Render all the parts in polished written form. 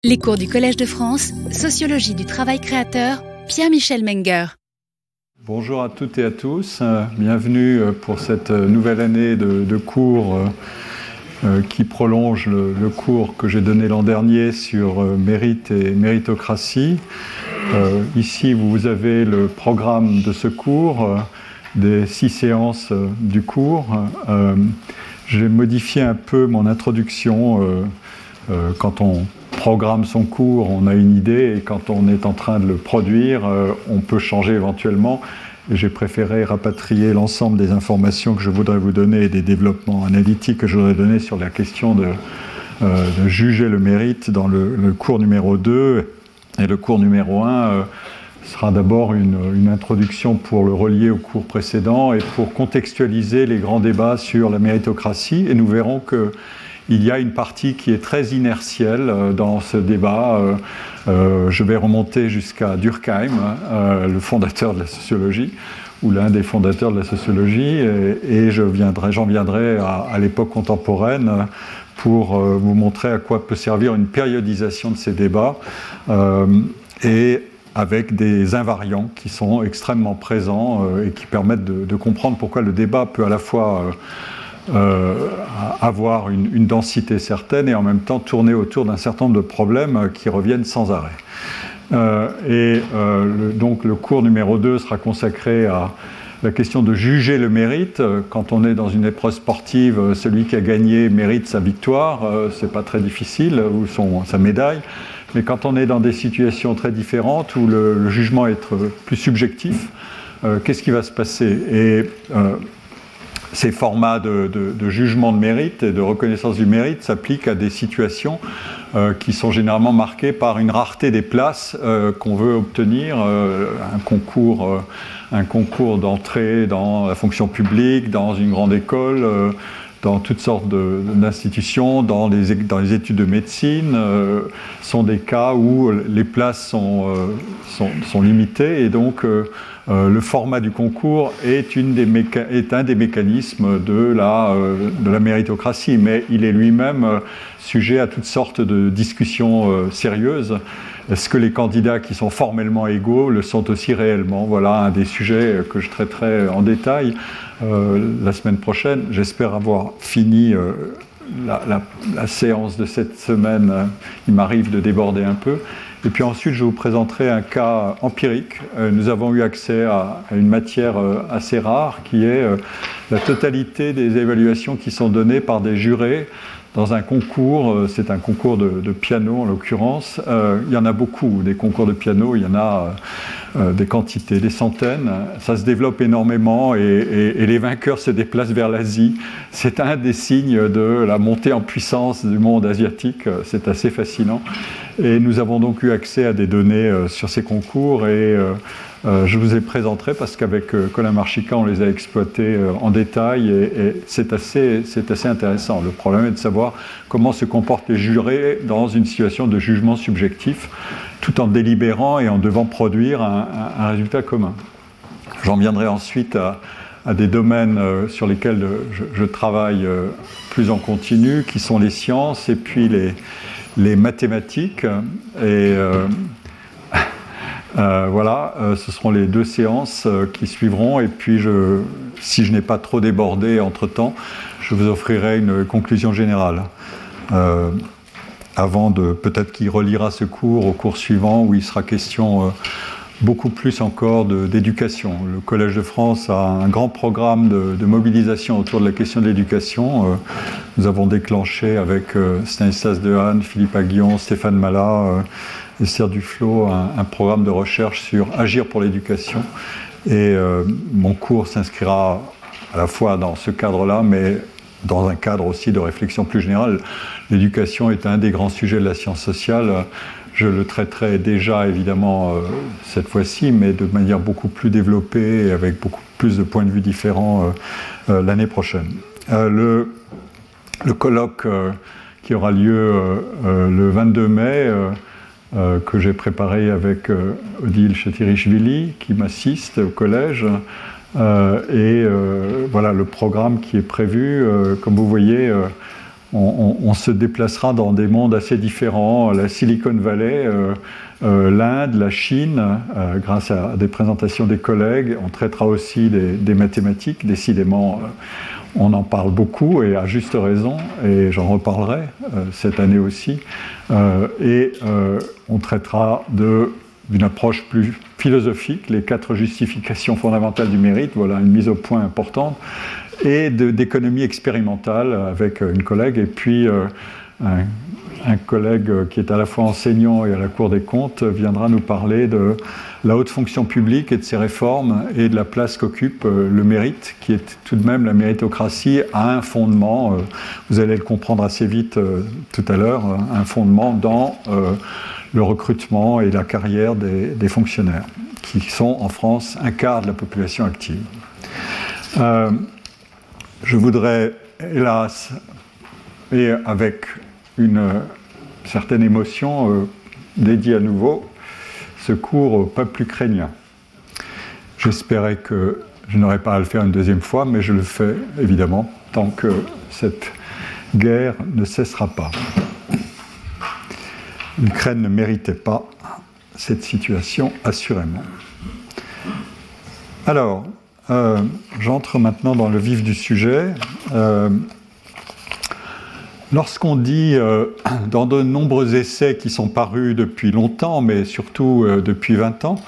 Les cours du Collège de France, Sociologie du travail créateur, Pierre-Michel Menger. Bonjour à toutes et à tous, bienvenue pour cette nouvelle année de cours qui prolonge le cours que j'ai donné l'an dernier sur mérite et méritocratie. Ici, vous avez le programme de ce cours, des 6 séances du cours. J'ai modifié un peu mon introduction quand on programme son cours, on a une idée, et quand on est en train de le produire, on peut changer éventuellement. Et j'ai préféré rapatrier l'ensemble des informations que je voudrais vous donner et des développements analytiques que je voudrais donner sur la question de juger le mérite dans le cours numéro 2. Et le cours numéro 1 sera d'abord une introduction pour le relier au cours précédent et pour contextualiser les grands débats sur la méritocratie. Et nous verrons que il y a une partie qui est très inertielle dans ce débat. Je vais remonter jusqu'à Durkheim, le fondateur de la sociologie, ou l'un des fondateurs de la sociologie, et j'en viendrai à l'époque contemporaine pour vous montrer à quoi peut servir une périodisation de ces débats, et avec des invariants qui sont extrêmement présents et qui permettent de comprendre pourquoi le débat peut à la fois avoir une densité certaine et en même temps tourner autour d'un certain nombre de problèmes qui reviennent sans arrêt. Donc le cours numéro 2 sera consacré à la question de juger le mérite. Quand on est dans une épreuve sportive, celui qui a gagné mérite sa victoire, c'est pas très difficile, ou sa médaille. Mais quand on est dans des situations très différentes où le jugement est plus subjectif, qu'est-ce qui va se passer ? Ces formats de jugement de mérite et de reconnaissance du mérite s'appliquent à des situations qui sont généralement marquées par une rareté des places qu'on veut obtenir, un concours d'entrée dans la fonction publique, dans une grande école, dans toutes sortes d'institutions, dans les études de médecine, sont des cas où les places sont limitées, et donc le format du concours est un des mécanismes de la méritocratie, mais il est lui-même sujet à toutes sortes de discussions sérieuses. Est-ce que les candidats qui sont formellement égaux le sont aussi réellement ? Voilà un des sujets que je traiterai en détail la semaine prochaine. J'espère avoir fini la séance de cette semaine. Il m'arrive de déborder un peu. Et puis ensuite, je vous présenterai un cas empirique. Nous avons eu accès à une matière assez rare, qui est la totalité des évaluations qui sont données par des jurés dans un concours. C'est un concours de piano en l'occurrence. Il y en a beaucoup, des concours de piano, il y en a des quantités, des centaines. Ça se développe énormément et les vainqueurs se déplacent vers l'Asie. C'est un des signes de la montée en puissance du monde asiatique. C'est assez fascinant. Et nous avons donc eu accès à des données sur ces concours, et je vous les présenterai parce qu'avec Colin Marchica, on les a exploités en détail, et c'est assez intéressant. Le problème est de savoir comment se comportent les jurés dans une situation de jugement subjectif, tout en délibérant et en devant produire un résultat commun. J'en viendrai ensuite à des domaines sur lesquels je travaille plus en continu, qui sont les sciences et puis les mathématiques. Et voilà, ce seront les 2 séances qui suivront. Et puis, si je n'ai pas trop débordé entre-temps, je vous offrirai une conclusion générale. Avant peut-être qu'il reliera ce cours au cours suivant, où il sera question beaucoup plus encore d'éducation. Le Collège de France a un grand programme de mobilisation autour de la question de l'éducation. Nous avons déclenché avec Stanislas Dehaene, Philippe Aguillon, Stéphane Mallat, Esther Duflo, un programme de recherche sur agir pour l'éducation. Et mon cours s'inscrira à la fois dans ce cadre-là, mais dans un cadre aussi de réflexion plus générale. L'éducation est un des grands sujets de la science sociale. Je le traiterai déjà, évidemment, cette fois-ci, mais de manière beaucoup plus développée et avec beaucoup plus de points de vue différents l'année prochaine. Le colloque qui aura lieu le 22 mai, que j'ai préparé avec Odile Chatirichvili, qui m'assiste au collège, et voilà le programme qui est prévu. Comme vous voyez, on se déplacera dans des mondes assez différents, la Silicon Valley, l'Inde, la Chine, grâce à des présentations des collègues. On traitera aussi des mathématiques, décidément. On en parle beaucoup et à juste raison, et j'en reparlerai cette année aussi. On traitera d'une approche plus philosophique, les 4 justifications fondamentales du mérite, voilà une mise au point importante, et d'économie expérimentale avec une collègue, et puis un collègue qui est à la fois enseignant et à la Cour des comptes viendra nous parler de la haute fonction publique et de ses réformes et de la place qu'occupe le mérite, qui est tout de même la méritocratie, a un fondement, vous allez le comprendre assez vite tout à l'heure, un fondement dans le recrutement et la carrière des fonctionnaires, qui sont en France un quart de la population active. Je voudrais, hélas, et avec une certaine émotion, dédier à nouveau ce cours au peuple ukrainien. J'espérais que je n'aurais pas à le faire une deuxième fois, mais je le fais évidemment tant que cette guerre ne cessera pas. L'Ukraine ne méritait pas cette situation, assurément. Alors, j'entre maintenant dans le vif du sujet. Lorsqu'on dit, dans de nombreux essais qui sont parus depuis longtemps, mais surtout depuis 20 ans,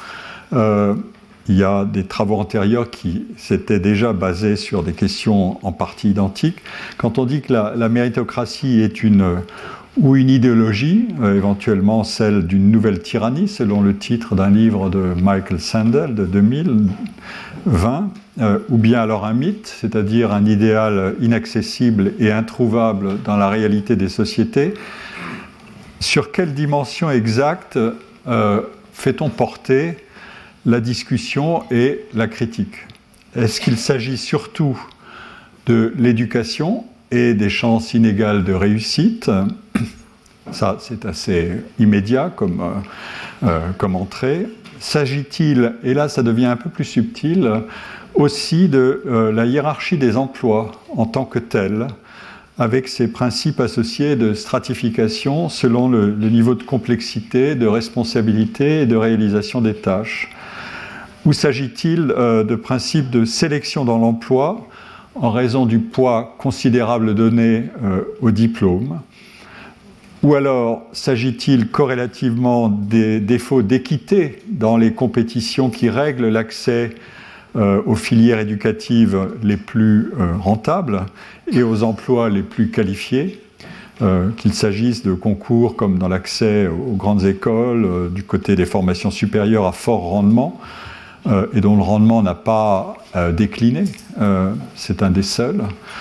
il y a des travaux antérieurs qui s'étaient déjà basés sur des questions en partie identiques. Quand on dit que la méritocratie est une idéologie, éventuellement celle d'une nouvelle tyrannie, selon le titre d'un livre de Michael Sandel de 2020, ou bien alors un mythe, c'est-à-dire un idéal inaccessible et introuvable dans la réalité des sociétés, sur quelle dimension exacte fait-on porter la discussion et la critique? Est-ce qu'il s'agit surtout de l'éducation et des chances inégales de réussite? Ça, c'est assez immédiat comme entrée. S'agit-il, et là ça devient un peu plus subtil, aussi de la hiérarchie des emplois en tant que telle, avec ses principes associés de stratification selon le niveau de complexité, de responsabilité et de réalisation des tâches? Ou s'agit-il de principes de sélection dans l'emploi en raison du poids considérable donné au diplôme? Ou alors s'agit-il corrélativement des défauts d'équité dans les compétitions qui règlent l'accès aux filières éducatives les plus rentables et aux emplois les plus qualifiés, qu'il s'agisse de concours comme dans l'accès aux grandes écoles, du côté des formations supérieures à fort rendement, et dont le rendement n'a pas décliné, c'est un des seuls,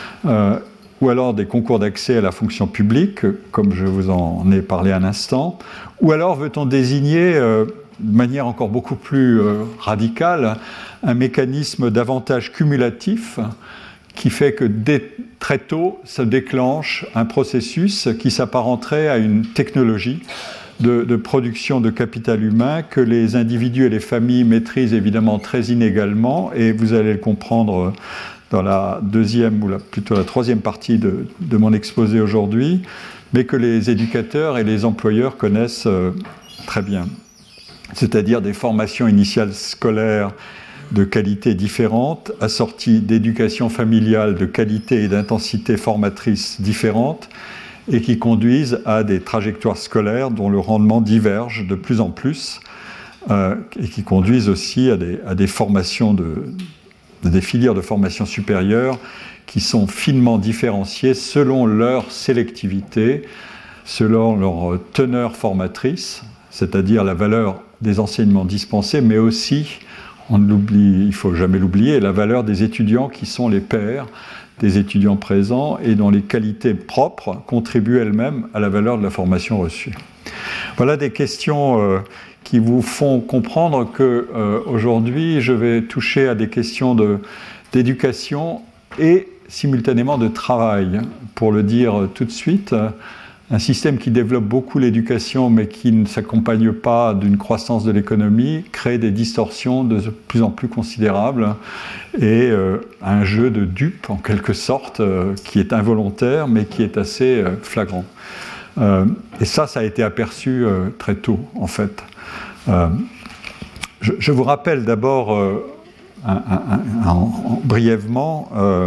ou alors des concours d'accès à la fonction publique, comme je vous en ai parlé un instant, ou alors veut-on désigner de manière encore beaucoup plus radicale un mécanisme d'avantage cumulatif qui fait que très tôt se déclenche un processus qui s'apparenterait à une technologie de production de capital humain que les individus et les familles maîtrisent évidemment très inégalement, et vous allez le comprendre dans la deuxième ou plutôt la troisième partie de mon exposé aujourd'hui, mais que les éducateurs et les employeurs connaissent très bien. C'est-à-dire des formations initiales scolaires de qualité différentes, assorties d'éducation familiale de qualité et d'intensité formatrice différentes, et qui conduisent à des trajectoires scolaires dont le rendement diverge de plus en plus, et qui conduisent aussi à des formations des filières de formation supérieure qui sont finement différenciées selon leur sélectivité, selon leur teneur formatrice, c'est-à-dire la valeur des enseignements dispensés, mais aussi, il ne faut jamais l'oublier, la valeur des étudiants qui sont les pairs des étudiants présents et dont les qualités propres contribuent elles-mêmes à la valeur de la formation reçue. Voilà des questions qui vous font comprendre qu'aujourd'hui, je vais toucher à des questions d'éducation et simultanément de travail. Pour le dire tout de suite, un système qui développe beaucoup l'éducation mais qui ne s'accompagne pas d'une croissance de l'économie crée des distorsions de plus en plus considérables et un jeu de dupes en quelque sorte qui est involontaire mais qui est assez flagrant. Et ça a été aperçu très tôt en fait. Je vous rappelle d'abord brièvement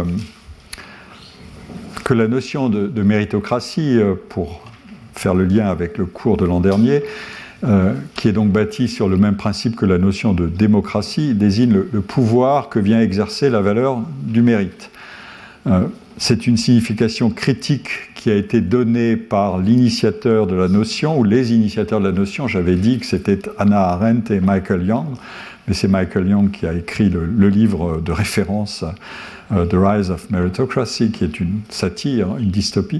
que la notion de méritocratie, pour faire le lien avec le cours de l'an dernier, qui est donc bâti sur le même principe que la notion de démocratie, désigne le pouvoir que vient exercer la valeur du mérite. C'est une signification critique qui a été donnée par l'initiateur de la notion, ou les initiateurs de la notion. J'avais dit que c'était Hannah Arendt et Michael Young, mais c'est Michael Young qui a écrit le livre de référence The Rise of Meritocracy, qui est une satire, une dystopie.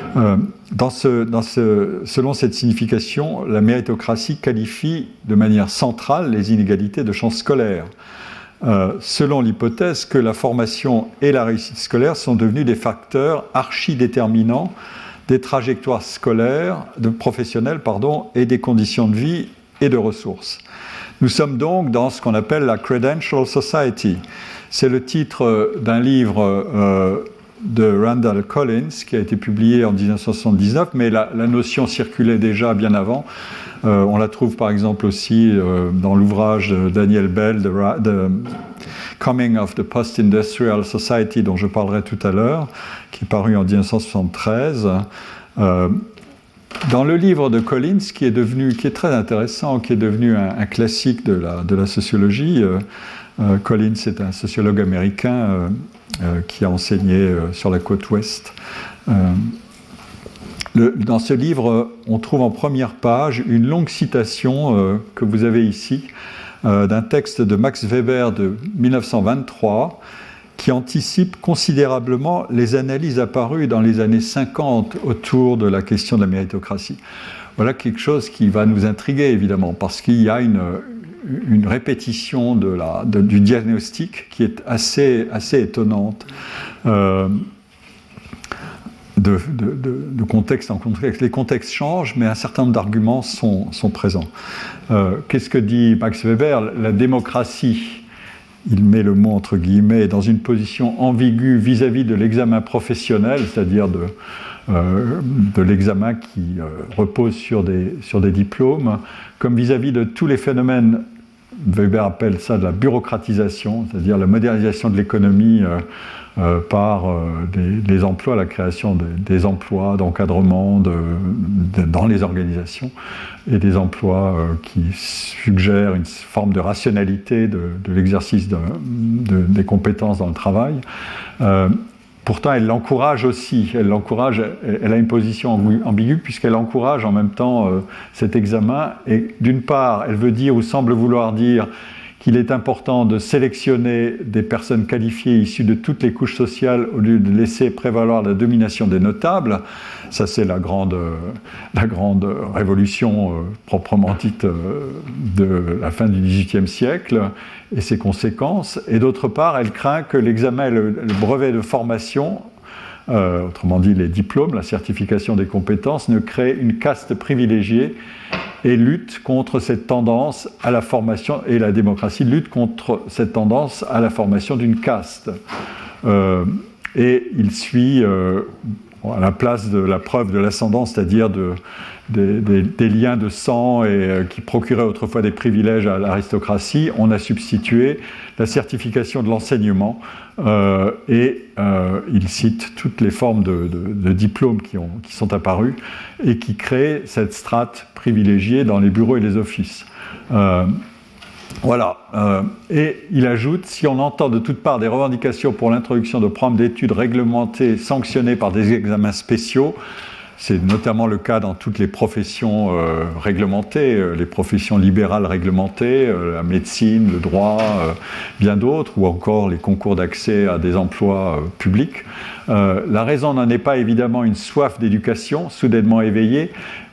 Selon cette signification, la méritocratie qualifie de manière centrale les inégalités de chance scolaire, selon l'hypothèse que la formation et la réussite scolaire sont devenus des facteurs archi-déterminants des trajectoires scolaires, professionnelles, et des conditions de vie et de ressources. Nous sommes donc dans ce qu'on appelle la Credential Society. C'est le titre d'un livre de Randall Collins qui a été publié en 1979, mais la notion circulait déjà bien avant. On la trouve par exemple aussi dans l'ouvrage de Daniel Bell, The Coming of the Post-Industrial Society, dont je parlerai tout à l'heure, qui est paru en 1973. Dans le livre de Collins, qui est très intéressant, qui est devenu un classique de la sociologie, Collins est un sociologue américain qui a enseigné sur la côte ouest. Dans ce livre, on trouve en première page une longue citation que vous avez ici, d'un texte de Max Weber de 1923, qui anticipe considérablement les analyses apparues dans les années 50 autour de la question de la méritocratie. Voilà quelque chose qui va nous intriguer, évidemment, parce qu'il y a une répétition du diagnostic qui est assez étonnante. De contexte en contexte. Les contextes changent, mais un certain nombre d'arguments sont présents. Qu'est-ce que dit Max Weber ? La démocratie, il met le mot entre guillemets, est dans une position ambiguë vis-à-vis de l'examen professionnel, c'est-à-dire de l'examen qui repose sur des diplômes, comme vis-à-vis de tous les phénomènes. Weber appelle ça de la bureaucratisation, c'est-à-dire la modernisation de l'économie par les emplois, la création des emplois d'encadrement dans les organisations et des emplois qui suggèrent une forme de rationalité de l'exercice des compétences dans le travail. Pourtant, elle l'encourage aussi. Elle a une position ambiguë puisqu'elle encourage en même temps cet examen. Et d'une part, elle veut dire ou semble vouloir dire qu'il est important de sélectionner des personnes qualifiées issues de toutes les couches sociales au lieu de laisser prévaloir la domination des notables. Ça, c'est la grande révolution proprement dite de la fin du XVIIIe siècle et ses conséquences. Et d'autre part, elle craint que l'examen et le brevet de formation, autrement dit les diplômes, la certification des compétences, ne créent une caste privilégiée et lutte contre cette tendance à la formation, et la démocratie lutte contre cette tendance à la formation d'une caste. Et il suit à la place de la preuve de l'ascendance, c'est-à-dire des liens de sang qui procuraient autrefois des privilèges à l'aristocratie, on a substitué la certification de l'enseignement et il cite toutes les formes de diplômes qui sont apparues et qui créent cette strate privilégiée dans les bureaux et les offices. Voilà. Et il ajoute, si on entend de toutes parts des revendications pour l'introduction de programmes d'études réglementés sanctionnés par des examens spéciaux, c'est notamment le cas dans toutes les professions réglementées, les professions libérales réglementées, la médecine, le droit, bien d'autres, ou encore les concours d'accès à des emplois publics. La raison n'en est pas évidemment une soif d'éducation soudainement éveillée,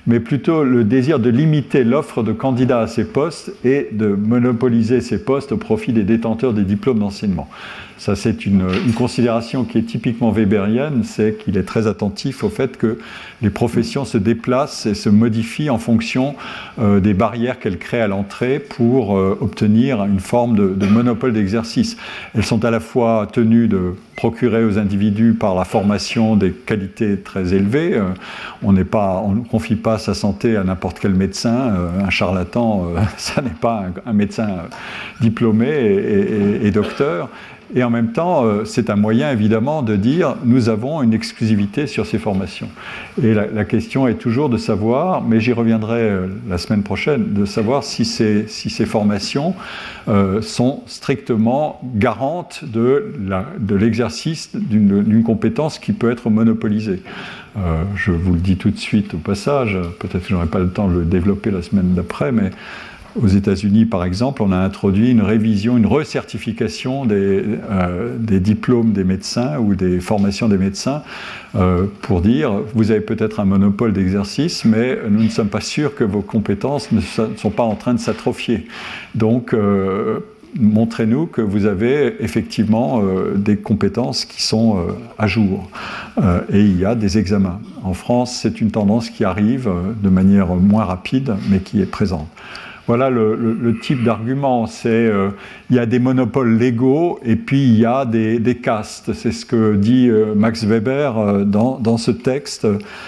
mais plutôt le désir de limiter l'offre de candidats à ces postes et de monopoliser ces postes au profit des détenteurs des diplômes d'enseignement. Ça, c'est une considération qui est typiquement weberienne, c'est qu'il est très attentif au fait que les professions se déplacent et se modifient en fonction des barrières qu'elles créent à l'entrée pour obtenir une forme de monopole d'exercice. Elles sont à la fois tenues de procurer aux individus par la formation des qualités très élevées. On ne confie pas sa santé à n'importe quel médecin. Un charlatan, ça n'est pas un médecin diplômé et docteur. Et en même temps, c'est un moyen évidemment de dire nous avons une exclusivité sur ces formations. Et la question est toujours de savoir, mais j'y reviendrai la semaine prochaine, de savoir si ces formations sont strictement garantes de l'exercice d'une compétence qui peut être monopolisée. Je vous le dis tout de suite au passage, peut-être que je n'aurai pas le temps de le développer la semaine d'après, mais aux États-Unis, par exemple, on a introduit une révision, une recertification des diplômes des médecins ou des formations des médecins pour dire vous avez peut-être un monopole d'exercice, mais nous ne sommes pas sûrs que vos compétences ne sont pas en train de s'atrophier. Donc, montrez-nous que vous avez effectivement des compétences qui sont à jour. Et il y a des examens. En France, c'est une tendance qui arrive de manière moins rapide, mais qui est présente. Voilà le type d'argument, il y a des monopoles légaux et puis il y a des castes. C'est ce que dit Max Weber dans ce texte.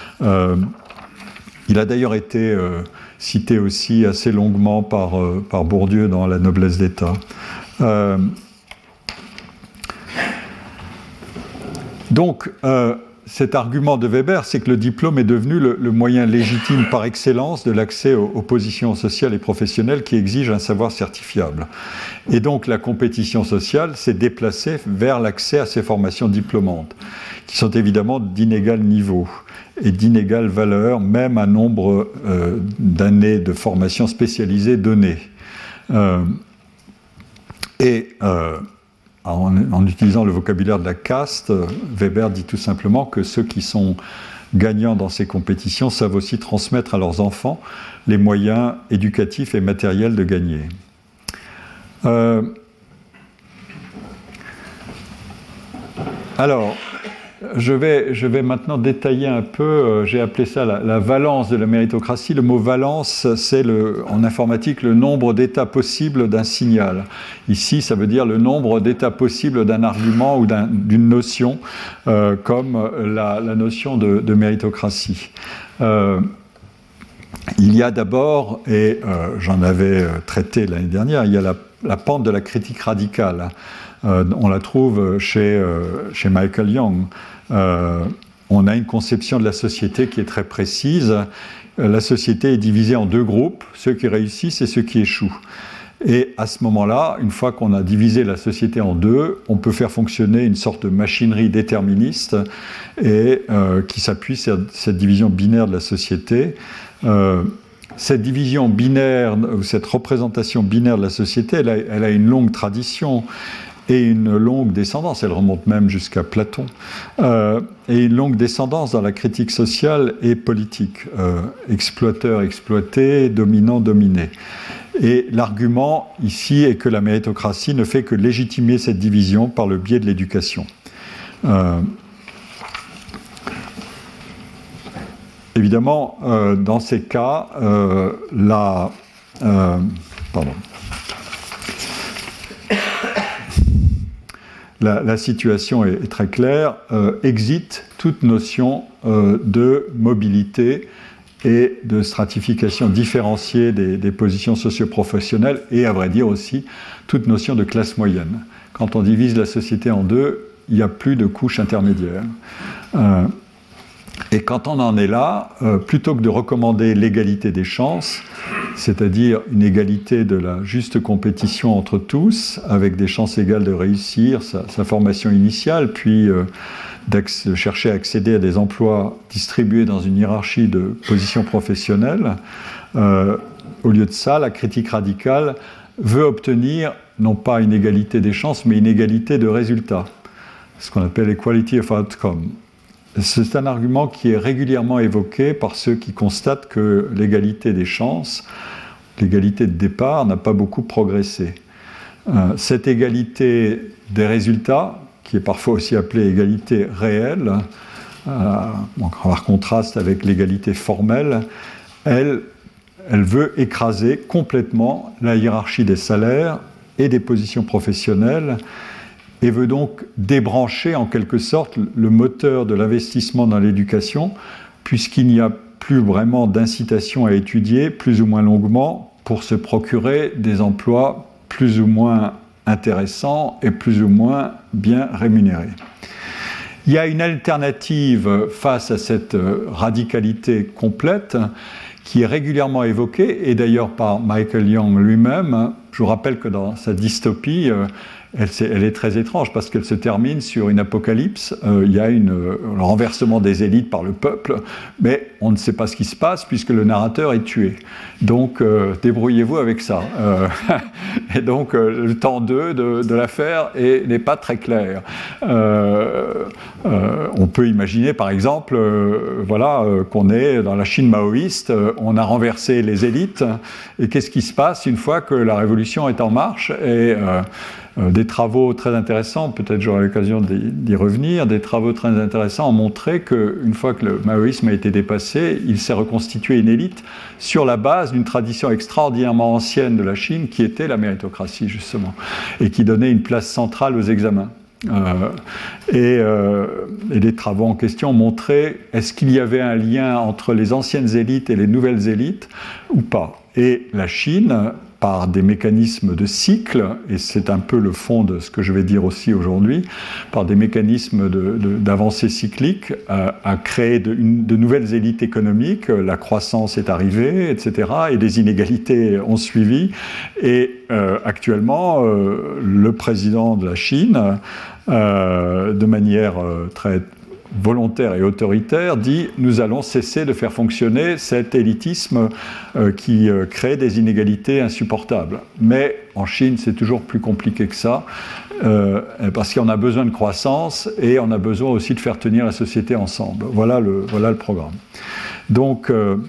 Il a d'ailleurs été cité aussi assez longuement par Bourdieu dans La noblesse d'État. Donc, cet argument de Weber, c'est que le diplôme est devenu le moyen légitime par excellence de l'accès aux positions sociales et professionnelles qui exigent un savoir certifiable. Et donc la compétition sociale s'est déplacée vers l'accès à ces formations diplômantes, qui sont évidemment d'inégal niveau et d'inégale valeur, même à nombre d'années de formation spécialisée données. En utilisant le vocabulaire de la caste, Weber dit tout simplement que ceux qui sont gagnants dans ces compétitions savent aussi transmettre à leurs enfants les moyens éducatifs et matériels de gagner. Alors, je vais maintenant détailler un peu, j'ai appelé ça la valence de la méritocratie. Le mot valence, c'est en informatique le nombre d'états possibles d'un signal. Ici, ça veut dire le nombre d'états possibles d'un argument ou d'une notion, comme la notion de méritocratie. Il y a d'abord, et j'en avais traité l'année dernière, il y a la pente de la critique radicale. On la trouve chez Michael Young. On a une conception de la société qui est très précise. La société est divisée en deux groupes, ceux qui réussissent et ceux qui échouent. Et à ce moment-là, une fois qu'on a divisé la société en deux, on peut faire fonctionner une sorte de machinerie déterministe et qui s'appuie sur cette division binaire de la société. Cette division binaire, ou cette représentation binaire de la société, elle a une longue tradition et une longue descendance, elle remonte même jusqu'à Platon, et une longue descendance dans la critique sociale et politique, exploiteur-exploité, dominant-dominé. Et l'argument ici est que la méritocratie ne fait que légitimer cette division par le biais de l'éducation. Évidemment, dans ces cas, la situation est très claire, exit toute notion de mobilité et de stratification différenciée des positions socio-professionnelles et, à vrai dire aussi, toute notion de classe moyenne. Quand on divise la société en deux, il n'y a plus de couche intermédiaire. Et quand on en est là, plutôt que de recommander l'égalité des chances, c'est-à-dire une égalité de la juste compétition entre tous, avec des chances égales de réussir sa formation initiale, puis de chercher à accéder à des emplois distribués dans une hiérarchie de positions professionnelles, au lieu de ça, la critique radicale veut obtenir non pas une égalité des chances, mais une égalité de résultats, ce qu'on appelle equality of outcome. c'est un argument qui est régulièrement évoqué par ceux qui constatent que l'égalité des chances, l'égalité de départ n'a pas beaucoup progressé. Cette égalité des résultats, qui est parfois aussi appelée égalité réelle, par contraste avec l'égalité formelle, elle veut écraser complètement la hiérarchie des salaires et des positions professionnelles et veut donc débrancher en quelque sorte le moteur de l'investissement dans l'éducation, puisqu'il n'y a plus vraiment d'incitation à étudier plus ou moins longuement pour se procurer des emplois plus ou moins intéressants et plus ou moins bien rémunérés. Il y a une alternative face à cette radicalité complète qui est régulièrement évoquée, et d'ailleurs par Michael Young lui-même. Je vous rappelle que dans sa dystopie, elle est très étrange parce qu'elle se termine sur une apocalypse. Il y a le renversement des élites par le peuple, mais on ne sait pas ce qui se passe puisque le narrateur est tué. Donc débrouillez-vous avec ça. Et donc le temps 2 de l'affaire n'est pas très clair. On peut imaginer par exemple qu'on est dans la Chine maoïste, on a renversé les élites, et qu'est-ce qui se passe une fois que la révolution est en marche? Et des travaux très intéressants, peut-être j'aurai l'occasion d'y revenir, des travaux très intéressants ont montré qu'une fois que le maoïsme a été dépassé, il s'est reconstitué une élite sur la base d'une tradition extraordinairement ancienne de la Chine qui était la méritocratie justement, et qui donnait une place centrale aux examens. Et les travaux en question ont montré est-ce qu'il y avait un lien entre les anciennes élites et les nouvelles élites ou pas. Et la Chine, par des mécanismes de cycle, et c'est un peu le fond de ce que je vais dire aussi aujourd'hui, par des mécanismes d'avancée cyclique, a créé de nouvelles élites économiques, la croissance est arrivée, etc., et les inégalités ont suivi. Et actuellement, le président de la Chine, de manière très volontaire et autoritaire, dit « nous allons cesser de faire fonctionner cet élitisme qui crée des inégalités insupportables ». Mais en Chine, c'est toujours plus compliqué que ça, parce qu'on a besoin de croissance et on a besoin aussi de faire tenir la société ensemble. Voilà le programme. Donc,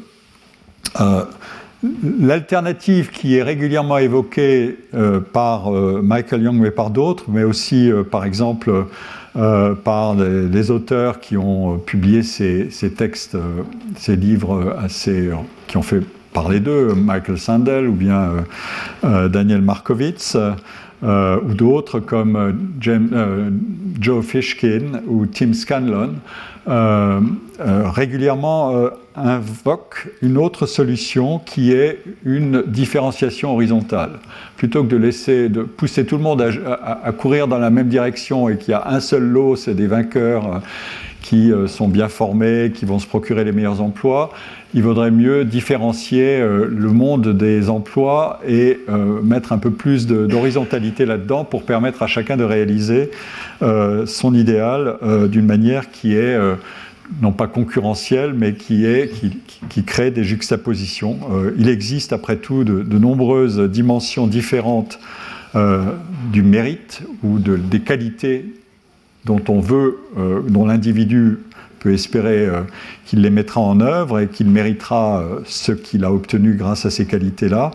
l'alternative qui est régulièrement évoquée par Michael Young mais par d'autres, mais aussi par exemple par les auteurs qui ont publié ces textes, ces livres qui ont fait parler d'eux, Michael Sandel ou bien Daniel Markovits, ou d'autres comme Joe Fishkin ou Tim Scanlon, régulièrement invoquent une autre solution qui est une différenciation horizontale. Plutôt que de pousser tout le monde à courir dans la même direction et qu'il y a un seul lot, c'est des vainqueurs qui sont bien formés, qui vont se procurer les meilleurs emplois, il vaudrait mieux différencier le monde des emplois et mettre un peu plus d'horizontalité là-dedans pour permettre à chacun de réaliser son idéal d'une manière qui est non pas concurrentielle, mais qui crée des juxtapositions. Il existe après tout de nombreuses dimensions différentes du mérite ou des qualités dont on veut, dont l'individu peut espérer qu'il les mettra en œuvre et qu'il méritera ce qu'il a obtenu grâce à ces qualités-là.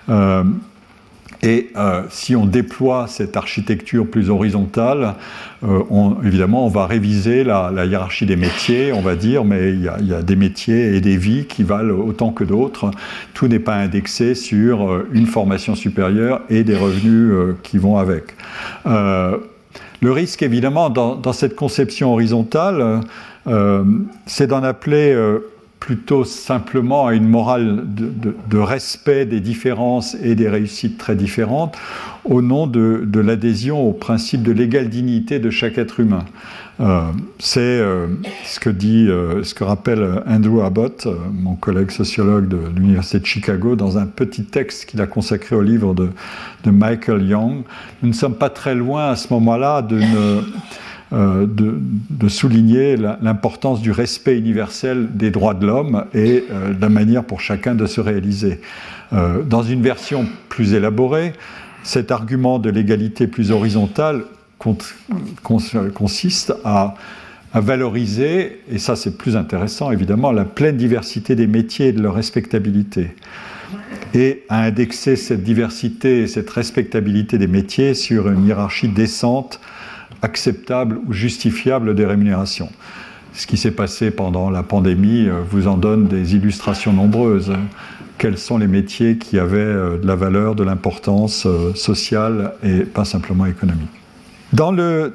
Si on déploie cette architecture plus horizontale, évidemment, on va réviser la hiérarchie des métiers, on va dire, mais il y a des métiers et des vies qui valent autant que d'autres. Tout n'est pas indexé sur une formation supérieure et des revenus qui vont avec. Le risque, évidemment, dans cette conception horizontale, c'est d'en appeler plutôt simplement à une morale de respect des différences et des réussites très différentes au nom de l'adhésion au principe de l'égale dignité de chaque être humain. C'est ce que rappelle Andrew Abbott, mon collègue sociologue de l'Université de Chicago, dans un petit texte qu'il a consacré au livre de Michael Young. Nous ne sommes pas très loin à ce moment-là de souligner l'importance du respect universel des droits de l'homme et la manière pour chacun de se réaliser. Dans une version plus élaborée, cet argument de l'égalité plus horizontale consiste à à valoriser, et ça c'est plus intéressant évidemment, la pleine diversité des métiers et de leur respectabilité, et à indexer cette diversité et cette respectabilité des métiers sur une hiérarchie décente, acceptable ou justifiable des rémunérations. Ce qui s'est passé pendant la pandémie vous en donne des illustrations nombreuses. Quels sont les métiers qui avaient de la valeur, de l'importance sociale et pas simplement économique. Dans le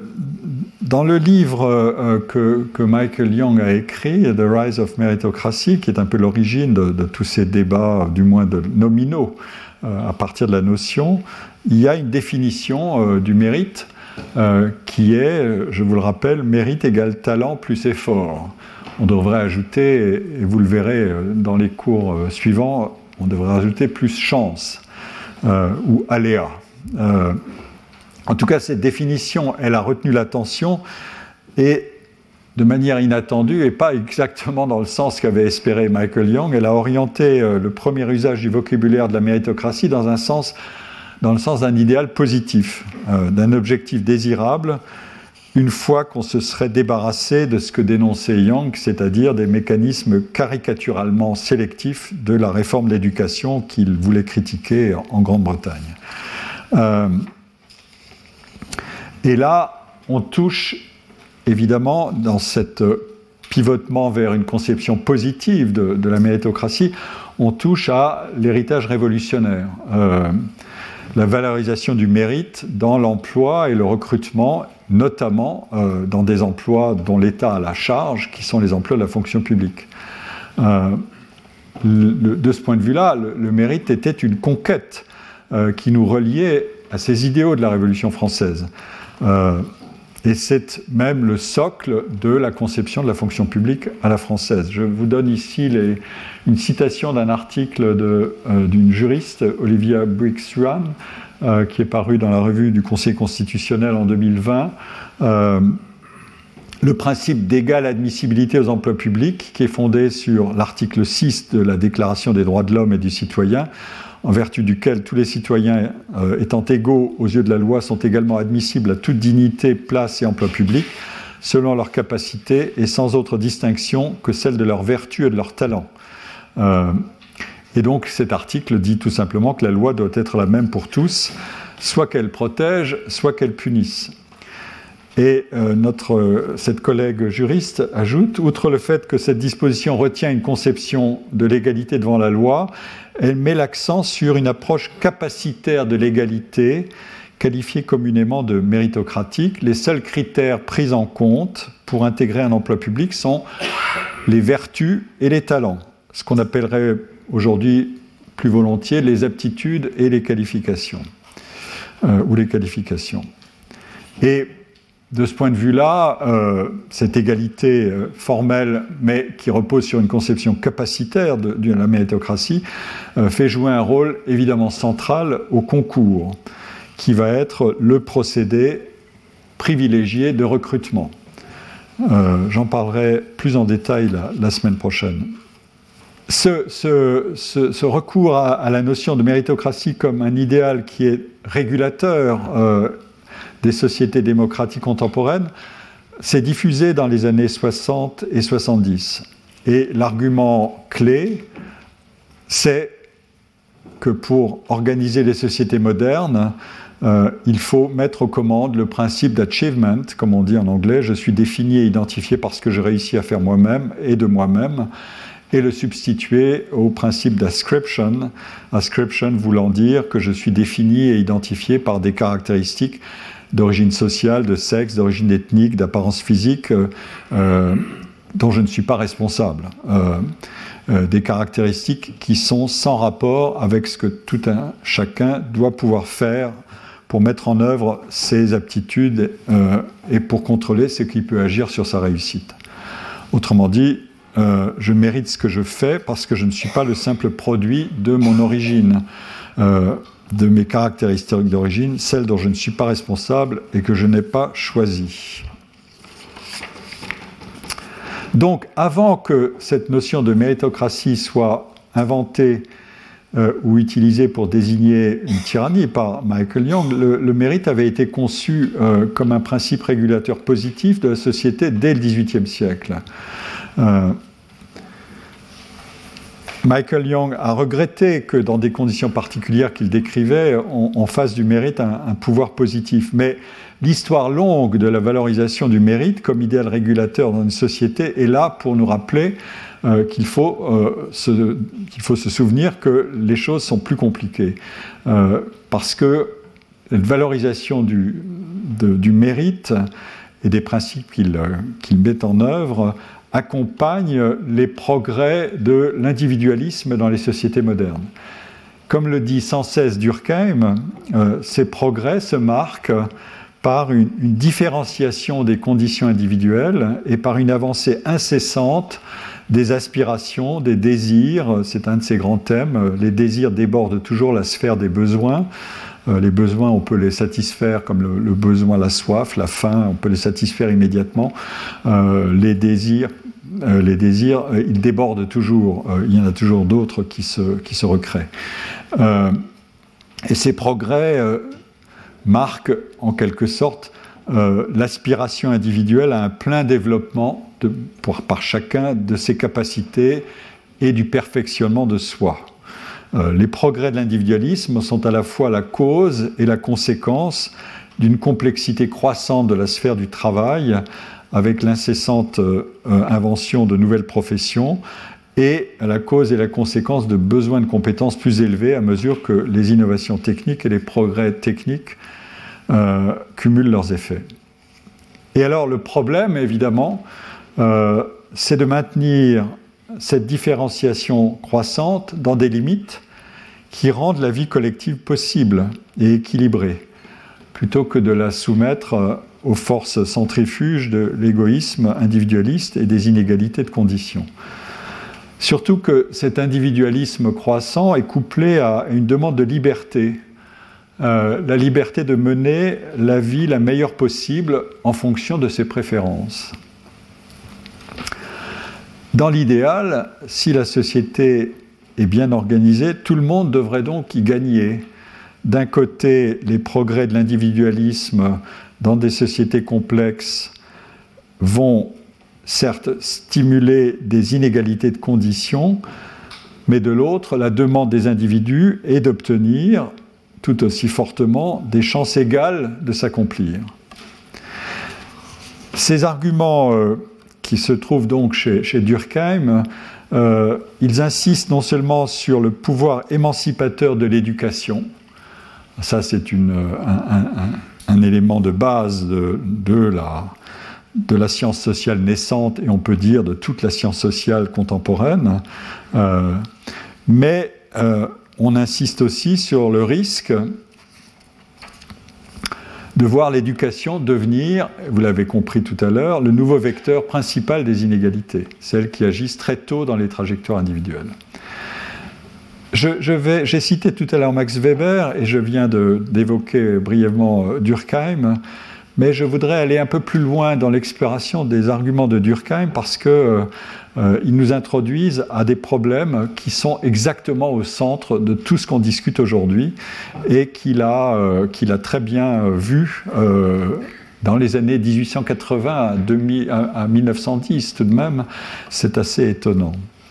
livre que Michael Young a écrit, The Rise of Meritocracy, qui est un peu l'origine de tous ces débats, du moins nominaux, à partir de la notion, il y a une définition du mérite qui est, je vous le rappelle, mérite égale talent plus effort. On devrait ajouter, et vous le verrez dans les cours suivants, on devrait ajouter plus chance ou aléa. En tout cas, cette définition, elle a retenu l'attention et de manière inattendue et pas exactement dans le sens qu'avait espéré Michael Young, elle a orienté le premier usage du vocabulaire de la méritocratie dans le sens d'un idéal positif, d'un objectif désirable, une fois qu'on se serait débarrassé de ce que dénonçait Young, c'est-à-dire des mécanismes caricaturalement sélectifs de la réforme de l'éducation qu'il voulait critiquer en Grande-Bretagne. Et là, on touche évidemment dans cet pivotement vers une conception positive de la méritocratie, on touche à l'héritage révolutionnaire. La valorisation du mérite dans l'emploi et le recrutement, notamment dans des emplois dont l'État a la charge, qui sont les emplois de la fonction publique. De ce point de vue-là, le mérite était une conquête qui nous reliait à ces idéaux de la Révolution française. Et c'est même le socle de la conception de la fonction publique à la française. Je vous donne ici une citation d'un article d'une juriste, Olivia Briggs-Swan, qui est paru dans la revue du Conseil constitutionnel en 2020. Le principe d'égale admissibilité aux emplois publics, qui est fondé sur l'article 6 de la Déclaration des droits de l'homme et du citoyen, en vertu duquel tous les citoyens étant égaux aux yeux de la loi sont également admissibles à toute dignité, place et emploi public, selon leurs capacités et sans autre distinction que celle de leur vertu et de leur talent. Et donc cet article dit tout simplement que la loi doit être la même pour tous, soit qu'elle protège, soit qu'elle punisse. Et cette collègue juriste ajoute, outre le fait que cette disposition retient une conception de l'égalité devant la loi, elle met l'accent sur une approche capacitaire de l'égalité, qualifiée communément de méritocratique. Les seuls critères pris en compte pour intégrer un emploi public sont les vertus et les talents, ce qu'on appellerait aujourd'hui plus volontiers les aptitudes et les qualifications, ou les qualifications. Et de ce point de vue-là, cette égalité formelle, mais qui repose sur une conception capacitaire de la méritocratie, fait jouer un rôle évidemment central au concours, qui va être le procédé privilégié de recrutement. J'en parlerai plus en détail la semaine prochaine. Ce recours à la notion de méritocratie comme un idéal qui est régulateur des sociétés démocratiques contemporaines s'est diffusé dans les années 60 et 70. Et l'argument clé, c'est que pour organiser les sociétés modernes, il faut mettre aux commandes le principe d'achievement, comme on dit en anglais, je suis défini et identifié par ce que j'ai réussi à faire moi-même et de moi-même, et le substituer au principe d'ascription, ascription voulant dire que je suis défini et identifié par des caractéristiques d'origine sociale, de sexe, d'origine ethnique, d'apparence physique, dont je ne suis pas responsable. Des caractéristiques qui sont sans rapport avec ce que tout un chacun doit pouvoir faire pour mettre en œuvre ses aptitudes et pour contrôler ce qui peut agir sur sa réussite. Autrement dit, je mérite ce que je fais parce que je ne suis pas le simple produit de mon origine, de mes caractéristiques d'origine, celles dont je ne suis pas responsable et que je n'ai pas choisies. Donc, avant que cette notion de méritocratie soit inventée ou utilisé pour désigner une tyrannie par Michael Young, le mérite avait été conçu comme un principe régulateur positif de la société dès le XVIIIe siècle. Michael Young a regretté que dans des conditions particulières qu'il décrivait, on fasse du mérite un pouvoir positif. Mais l'histoire longue de la valorisation du mérite comme idéal régulateur dans une société est là pour nous rappeler qu'il faut se souvenir que les choses sont plus compliquées. Parce que la valorisation du mérite et des principes qu'il met en œuvre accompagne les progrès de l'individualisme dans les sociétés modernes. Comme le dit sans cesse Durkheim, ces progrès se marquent par une différenciation des conditions individuelles et par une avancée incessante des aspirations, des désirs. C'est un de ses grands thèmes. Les désirs débordent toujours la sphère des besoins. Les besoins, on peut les satisfaire comme le besoin, la soif, la faim, on peut les satisfaire immédiatement. Les désirs, ils débordent toujours. Il y en a toujours d'autres qui se recréent. Et ces progrès marquent en quelque sorte l'aspiration individuelle à un plein développement par chacun de ses capacités et du perfectionnement de soi. Les progrès de l'individualisme sont à la fois la cause et la conséquence d'une complexité croissante de la sphère du travail, avec l'incessante invention de nouvelles professions, et la cause et la conséquence de besoins de compétences plus élevés à mesure que les innovations techniques et les progrès techniques cumulent leurs effets. Et alors le problème, évidemment, c'est de maintenir cette différenciation croissante dans des limites qui rendent la vie collective possible et équilibrée, plutôt que de la soumettre aux forces centrifuges de l'égoïsme individualiste et des inégalités de conditions. Surtout que cet individualisme croissant est couplé à une demande de liberté, la liberté de mener la vie la meilleure possible en fonction de ses préférences. Dans l'idéal, si la société est bien organisée, tout le monde devrait donc y gagner. D'un côté, les progrès de l'individualisme dans des sociétés complexes vont certes stimuler des inégalités de conditions, mais de l'autre, la demande des individus est d'obtenir tout aussi fortement des chances égales de s'accomplir. Ces arguments qui se trouvent donc chez Durkheim, ils insistent non seulement sur le pouvoir émancipateur de l'éducation, ça c'est un élément de base de la science sociale naissante, et on peut dire de toute la science sociale contemporaine, mais on insiste aussi sur le risque de voir l'éducation devenir, vous l'avez compris tout à l'heure, le nouveau vecteur principal des inégalités, celles qui agissent très tôt dans les trajectoires individuelles. J'ai cité tout à l'heure Max Weber et je viens d'évoquer brièvement Durkheim, mais je voudrais aller un peu plus loin dans l'exploration des arguments de Durkheim parce qu'ils nous introduisent à des problèmes qui sont exactement au centre de tout ce qu'on discute aujourd'hui et qu'il a très bien vu dans les années 1880 à 1910 tout de même. C'est assez étonnant.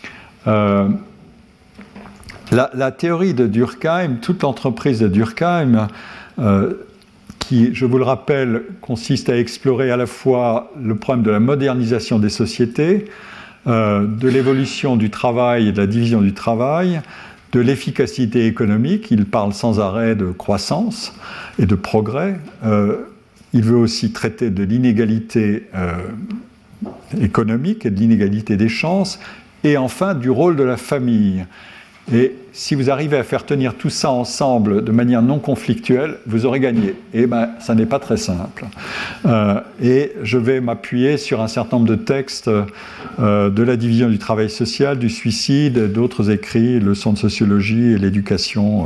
La théorie de Durkheim, toute l'entreprise de Durkheim, qui, je vous le rappelle, consiste à explorer à la fois le problème de la modernisation des sociétés, de l'évolution du travail et de la division du travail, de l'efficacité économique. Il parle sans arrêt de croissance et de progrès. Il veut aussi traiter de l'inégalité économique et de l'inégalité des chances, et enfin du rôle de la famille. Et si vous arrivez à faire tenir tout ça ensemble de manière non conflictuelle, vous aurez gagné. Et ça n'est pas très simple. Et je vais m'appuyer sur un certain nombre de textes de la division du travail social, du suicide, d'autres écrits, leçons de sociologie et l'éducation,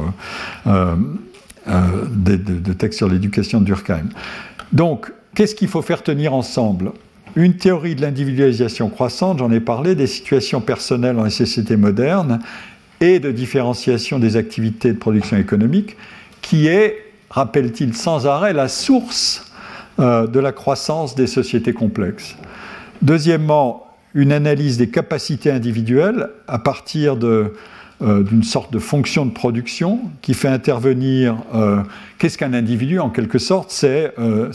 de textes sur l'éducation de Durkheim. Donc, qu'est-ce qu'il faut faire tenir ensemble ? Une théorie de l'individualisation croissante, j'en ai parlé, des situations personnelles dans les sociétés modernes, et de différenciation des activités de production économique, qui est, rappelle-t-il sans arrêt, la source de la croissance des sociétés complexes. Deuxièmement, une analyse des capacités individuelles à partir d'une sorte de fonction de production qui fait intervenir qu'est-ce qu'un individu en quelque sorte, c'est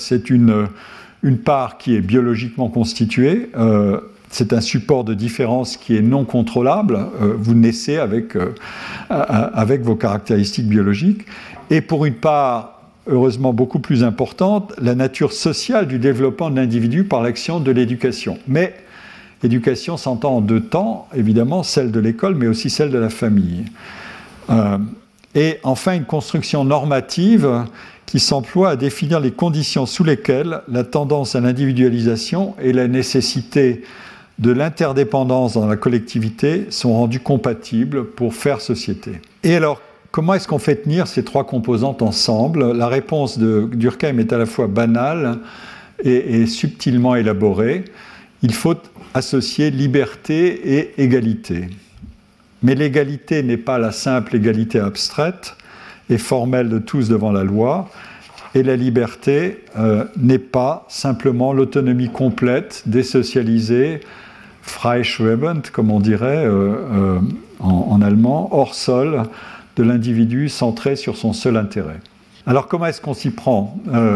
une part qui est biologiquement constituée, c'est un support de différence qui est non contrôlable, vous naissez avec vos caractéristiques biologiques, et pour une part heureusement beaucoup plus importante, la nature sociale du développement de l'individu par l'action de l'éducation. Mais l'éducation s'entend en deux temps, évidemment, celle de l'école, mais aussi celle de la famille. Et enfin, une construction normative qui s'emploie à définir les conditions sous lesquelles la tendance à l'individualisation et la nécessité de l'interdépendance dans la collectivité sont rendues compatibles pour faire société. Et alors, comment est-ce qu'on fait tenir ces trois composantes ensemble ? La réponse de Durkheim est à la fois banale et subtilement élaborée. Il faut associer liberté et égalité. Mais l'égalité n'est pas la simple égalité abstraite et formelle de tous devant la loi, et la liberté n'est pas simplement l'autonomie complète, désocialisée, Freischwebend, comme on dirait en allemand, hors sol de l'individu centré sur son seul intérêt. Alors comment est-ce qu'on s'y prend ?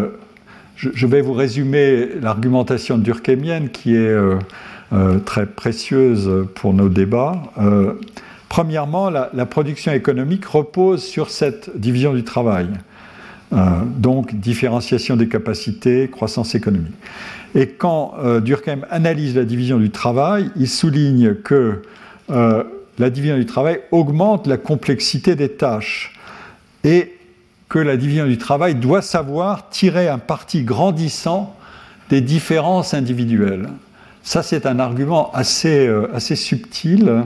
Je vais vous résumer l'argumentation durkheimienne qui est très précieuse pour nos débats. Premièrement, la production économique repose sur cette division du travail. Donc, différenciation des capacités, croissance économique. Et quand Durkheim analyse la division du travail, il souligne que la division du travail augmente la complexité des tâches et que la division du travail doit savoir tirer un parti grandissant des différences individuelles. Ça, c'est un argument assez subtil.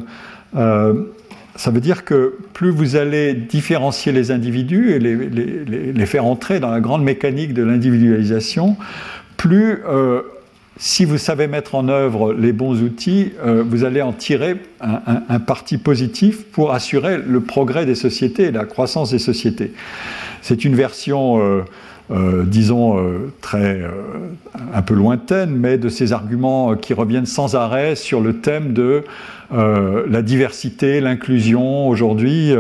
Ça veut dire que plus vous allez différencier les individus et les faire entrer dans la grande mécanique de l'individualisation, plus, si vous savez mettre en œuvre les bons outils, vous allez en tirer un parti positif pour assurer le progrès des sociétés et la croissance des sociétés. C'est une version, disons, un peu lointaine, mais de ces arguments qui reviennent sans arrêt sur le thème de la diversité, l'inclusion. Aujourd'hui,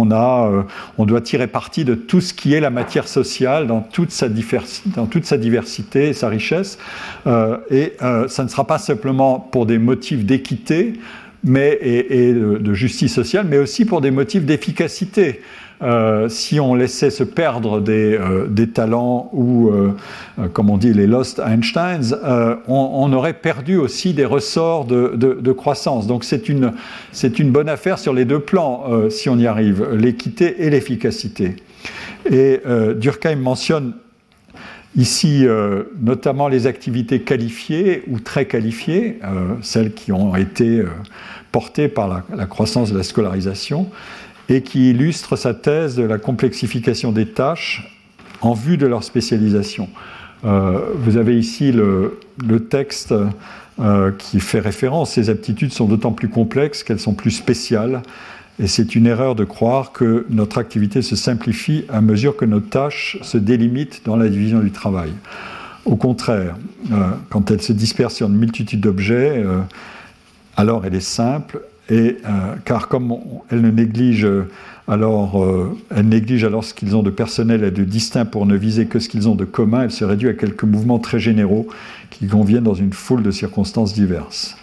on doit tirer parti de tout ce qui est la matière sociale dans toute sa diversité et sa richesse. Et ça ne sera pas simplement pour des motifs d'équité et de justice sociale, mais aussi pour des motifs d'efficacité. Si on laissait se perdre des talents ou, comme on dit, les lost Einsteins, on aurait perdu aussi des ressorts de croissance. Donc c'est une bonne affaire sur les deux plans, si on y arrive, l'équité et l'efficacité. Et Durkheim mentionne ici notamment les activités qualifiées ou très qualifiées, celles qui ont été portées par la croissance de la scolarisation, et qui illustre sa thèse de la complexification des tâches en vue de leur spécialisation. Vous avez ici le texte qui fait référence. Ces aptitudes sont d'autant plus complexes qu'elles sont plus spéciales, et c'est une erreur de croire que notre activité se simplifie à mesure que nos tâches se délimitent dans la division du travail. Au contraire, quand elle se disperse sur une multitude d'objets, alors elle est simple, car comme elle néglige alors ce qu'ils ont de personnel et de distinct pour ne viser que ce qu'ils ont de commun, elle se réduit à quelques mouvements très généraux qui conviennent dans une foule de circonstances diverses.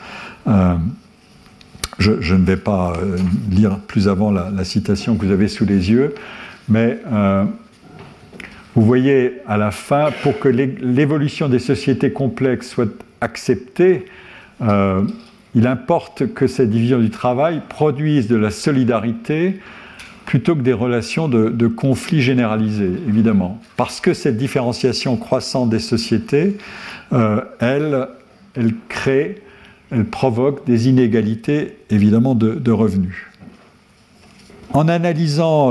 Je ne vais pas lire plus avant la citation que vous avez sous les yeux, mais vous voyez à la fin, pour que l'évolution des sociétés complexes soit acceptée, il importe que cette division du travail produise de la solidarité plutôt que des relations de conflits généralisés, évidemment. Parce que cette différenciation croissante des sociétés, elle provoque des inégalités, évidemment, de revenus. En analysant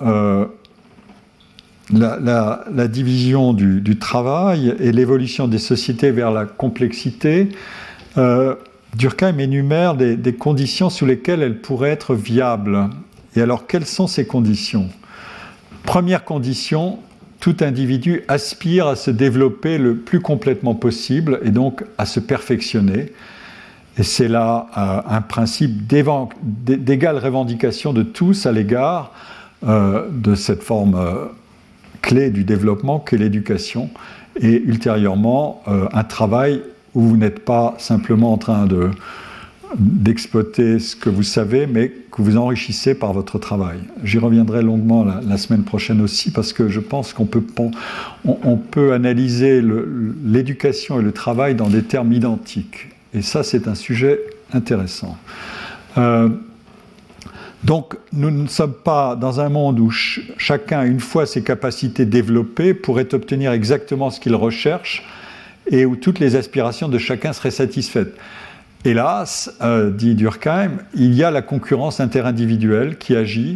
la division du travail et l'évolution des sociétés vers la complexité, Durkheim énumère des conditions sous lesquelles elle pourrait être viable. Et alors, quelles sont ces conditions ? Première condition, tout individu aspire à se développer le plus complètement possible et donc à se perfectionner. Et c'est là un principe d'égale revendication de tous à l'égard de cette forme clé du développement qu'est l'éducation, et ultérieurement un travail où vous n'êtes pas simplement en train d'exploiter ce que vous savez, mais que vous enrichissez par votre travail. J'y reviendrai longuement la semaine prochaine aussi, parce que je pense qu'on peut analyser l'éducation et le travail dans des termes identiques. Et ça, c'est un sujet intéressant. Donc, nous ne sommes pas dans un monde où chacun, une fois ses capacités développées, pourrait obtenir exactement ce qu'il recherche et où toutes les aspirations de chacun seraient satisfaites. Hélas, dit Durkheim, il y a la concurrence interindividuelle qui agit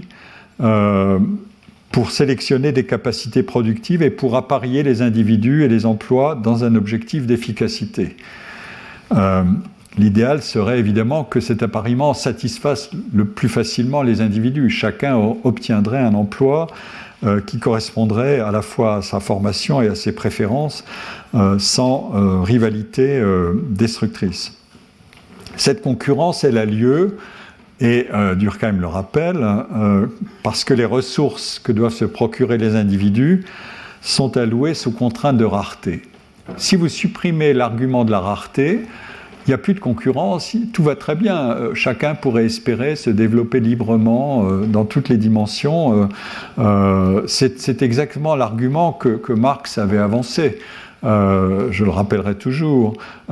pour sélectionner des capacités productives et pour apparier les individus et les emplois dans un objectif d'efficacité. L'idéal serait évidemment que cet appariement satisfasse le plus facilement les individus. Chacun obtiendrait un emploi qui correspondrait à la fois à sa formation et à ses préférences sans rivalité destructrice. Cette concurrence, elle a lieu, et Durkheim le rappelle, parce que les ressources que doivent se procurer les individus sont allouées sous contrainte de rareté. Si vous supprimez l'argument de la rareté, il n'y a plus de concurrence, tout va très bien. Chacun pourrait espérer se développer librement dans toutes les dimensions. C'est exactement l'argument que Marx avait avancé. Je le rappellerai toujours.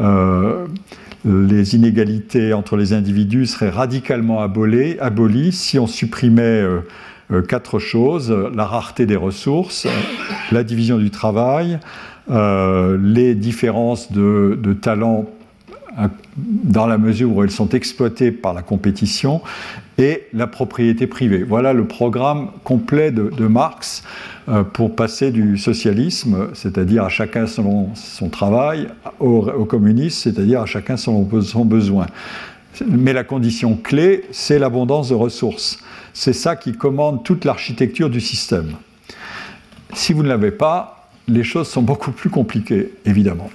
Les inégalités entre les individus seraient radicalement abolies si on supprimait 4 choses: la rareté des ressources, la division du travail, les différences de talents dans la mesure où elles sont exploitées par la compétition, et la propriété privée. Voilà le programme complet de Marx pour passer du socialisme, c'est-à-dire à chacun selon son travail, au communisme, c'est-à-dire à chacun selon son besoin. Mais la condition clé, c'est l'abondance de ressources. C'est ça qui commande toute l'architecture du système. Si vous ne l'avez pas, les choses sont beaucoup plus compliquées, évidemment.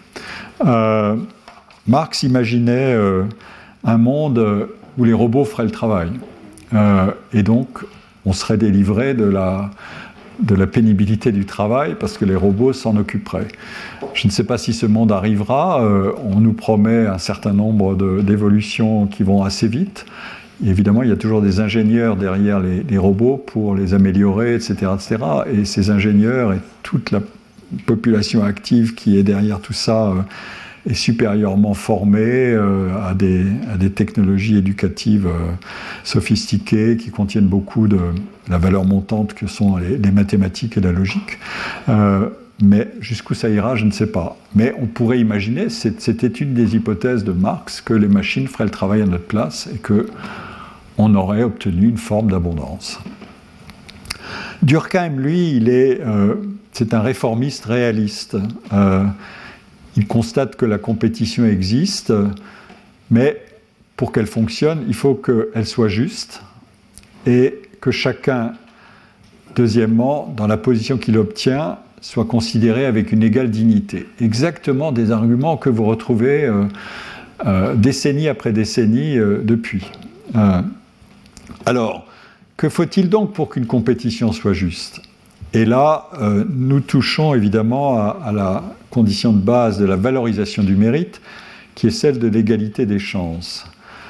Marx imaginait un monde où les robots feraient le travail. Et donc, on serait délivré de la pénibilité du travail parce que les robots s'en occuperaient. Je ne sais pas si ce monde arrivera. On nous promet un certain nombre d'évolutions qui vont assez vite. Et évidemment, il y a toujours des ingénieurs derrière les robots pour les améliorer, etc., etc. Et ces ingénieurs et toute la population active qui est derrière tout ça est supérieurement formée à des technologies éducatives sophistiquées qui contiennent beaucoup de la valeur montante que sont les mathématiques et la logique. Mais jusqu'où ça ira, je ne sais pas. Mais on pourrait imaginer, c'était une des hypothèses de Marx, que les machines feraient le travail à notre place et qu'on aurait obtenu une forme d'abondance. Durkheim, lui, c'est un réformiste réaliste. Il constate que la compétition existe, mais pour qu'elle fonctionne, il faut qu'elle soit juste et que chacun, deuxièmement, dans la position qu'il obtient, soit considéré avec une égale dignité. Exactement des arguments que vous retrouvez décennie après décennie depuis. Alors, que faut-il donc pour qu'une compétition soit juste ? Et là, nous touchons évidemment à la condition de base de la valorisation du mérite, qui est celle de l'égalité des chances.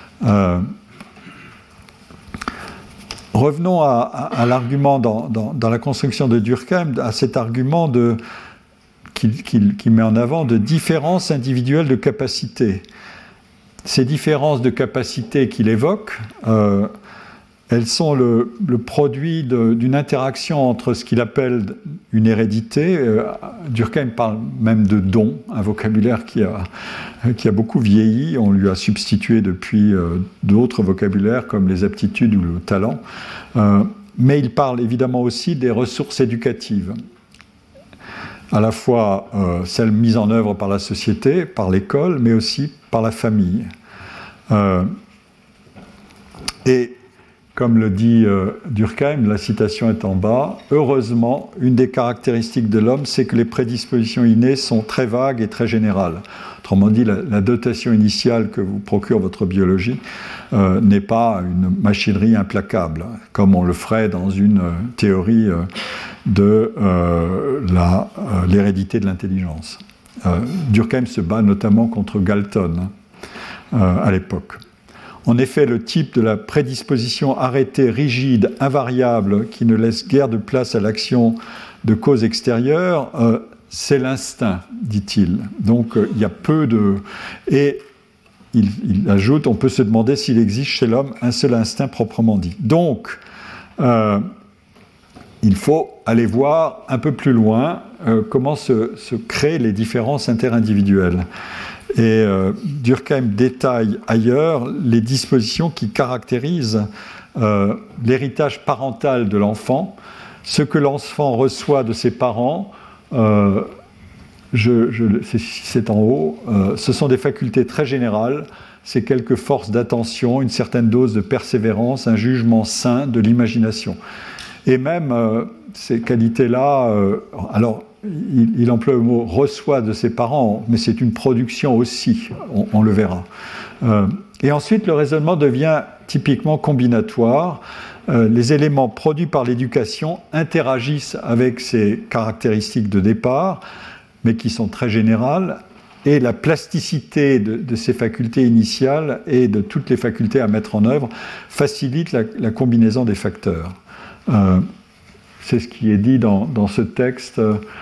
Revenons à l'argument dans la construction de Durkheim, à cet argument qui met en avant de différences individuelles de capacité. Ces différences de capacité qu'il évoque, elles sont le produit d'une interaction entre ce qu'il appelle une hérédité. Durkheim parle même de don, un vocabulaire qui a beaucoup vieilli. On lui a substitué depuis d'autres vocabulaires comme les aptitudes ou le talent. Mais il parle évidemment aussi des ressources éducatives, à la fois celles mises en œuvre par la société, par l'école, mais aussi par la famille. Et comme le dit Durkheim, la citation est en bas, « Heureusement, une des caractéristiques de l'homme, c'est que les prédispositions innées sont très vagues et très générales. » Autrement dit, la dotation initiale que vous procure votre biologie n'est pas une machinerie implacable, comme on le ferait dans une théorie de l'hérédité de l'intelligence. Durkheim se bat notamment contre Galton à l'époque. En effet, le type de la prédisposition arrêtée, rigide, invariable, qui ne laisse guère de place à l'action de causes extérieures, c'est l'instinct, dit-il. Donc, il y a peu de... Et il ajoute, on peut se demander s'il existe chez l'homme un seul instinct proprement dit. Donc, il faut aller voir un peu plus loin comment se créent les différences interindividuelles. Et Durkheim détaille ailleurs les dispositions qui caractérisent l'héritage parental de l'enfant, ce que l'enfant reçoit de ses parents, c'est en haut, ce sont des facultés très générales, c'est quelques forces d'attention, une certaine dose de persévérance, un jugement sain de l'imagination. Et même ces qualités-là, alors il emploie le mot « reçoit de ses parents », mais c'est une production aussi, on le verra. Et ensuite, le raisonnement devient typiquement combinatoire. Les éléments produits par l'éducation interagissent avec ces caractéristiques de départ, mais qui sont très générales, et la plasticité de ces facultés initiales et de toutes les facultés à mettre en œuvre facilite la combinaison des facteurs. C'est ce qui est dit dans ce texte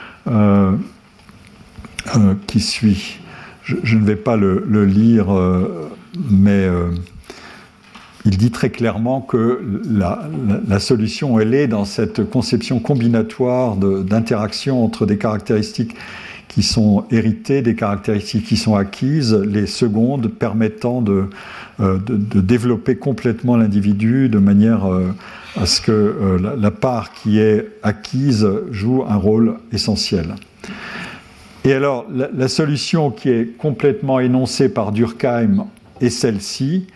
qui suit. Je ne vais pas le lire, mais il dit très clairement que la solution, elle est dans cette conception combinatoire d'interaction entre des caractéristiques qui sont héritées, des caractéristiques qui sont acquises, les secondes permettant de développer complètement l'individu de manière à ce que la part qui est acquise joue un rôle essentiel. Et alors, la solution qui est complètement énoncée par Durkheim est celle-ci.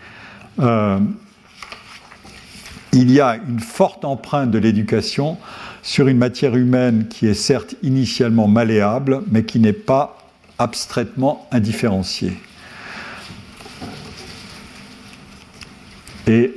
Il y a une forte empreinte de l'éducation sur une matière humaine qui est certes initialement malléable, mais qui n'est pas abstraitement indifférenciée. Et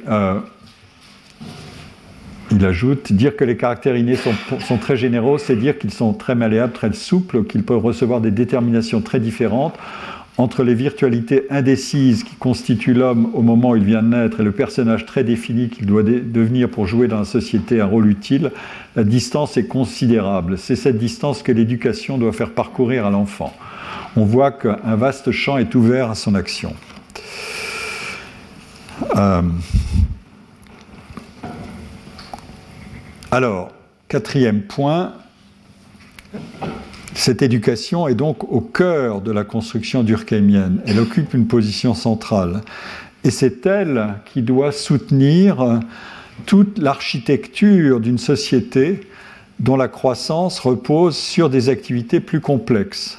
il ajoute, dire que les caractères innés sont très généraux, c'est dire qu'ils sont très malléables, très souples, qu'ils peuvent recevoir des déterminations très différentes entre les virtualités indécises qui constituent l'homme au moment où il vient de naître et le personnage très défini qu'il doit devenir pour jouer dans la société un rôle utile. La distance est considérable. C'est cette distance que l'éducation doit faire parcourir à l'enfant. On voit qu'un vaste champ est ouvert à son action. Alors, quatrième point, cette éducation est donc au cœur de la construction durkheimienne. Elle occupe une position centrale. Et c'est elle qui doit soutenir toute l'architecture d'une société dont la croissance repose sur des activités plus complexes.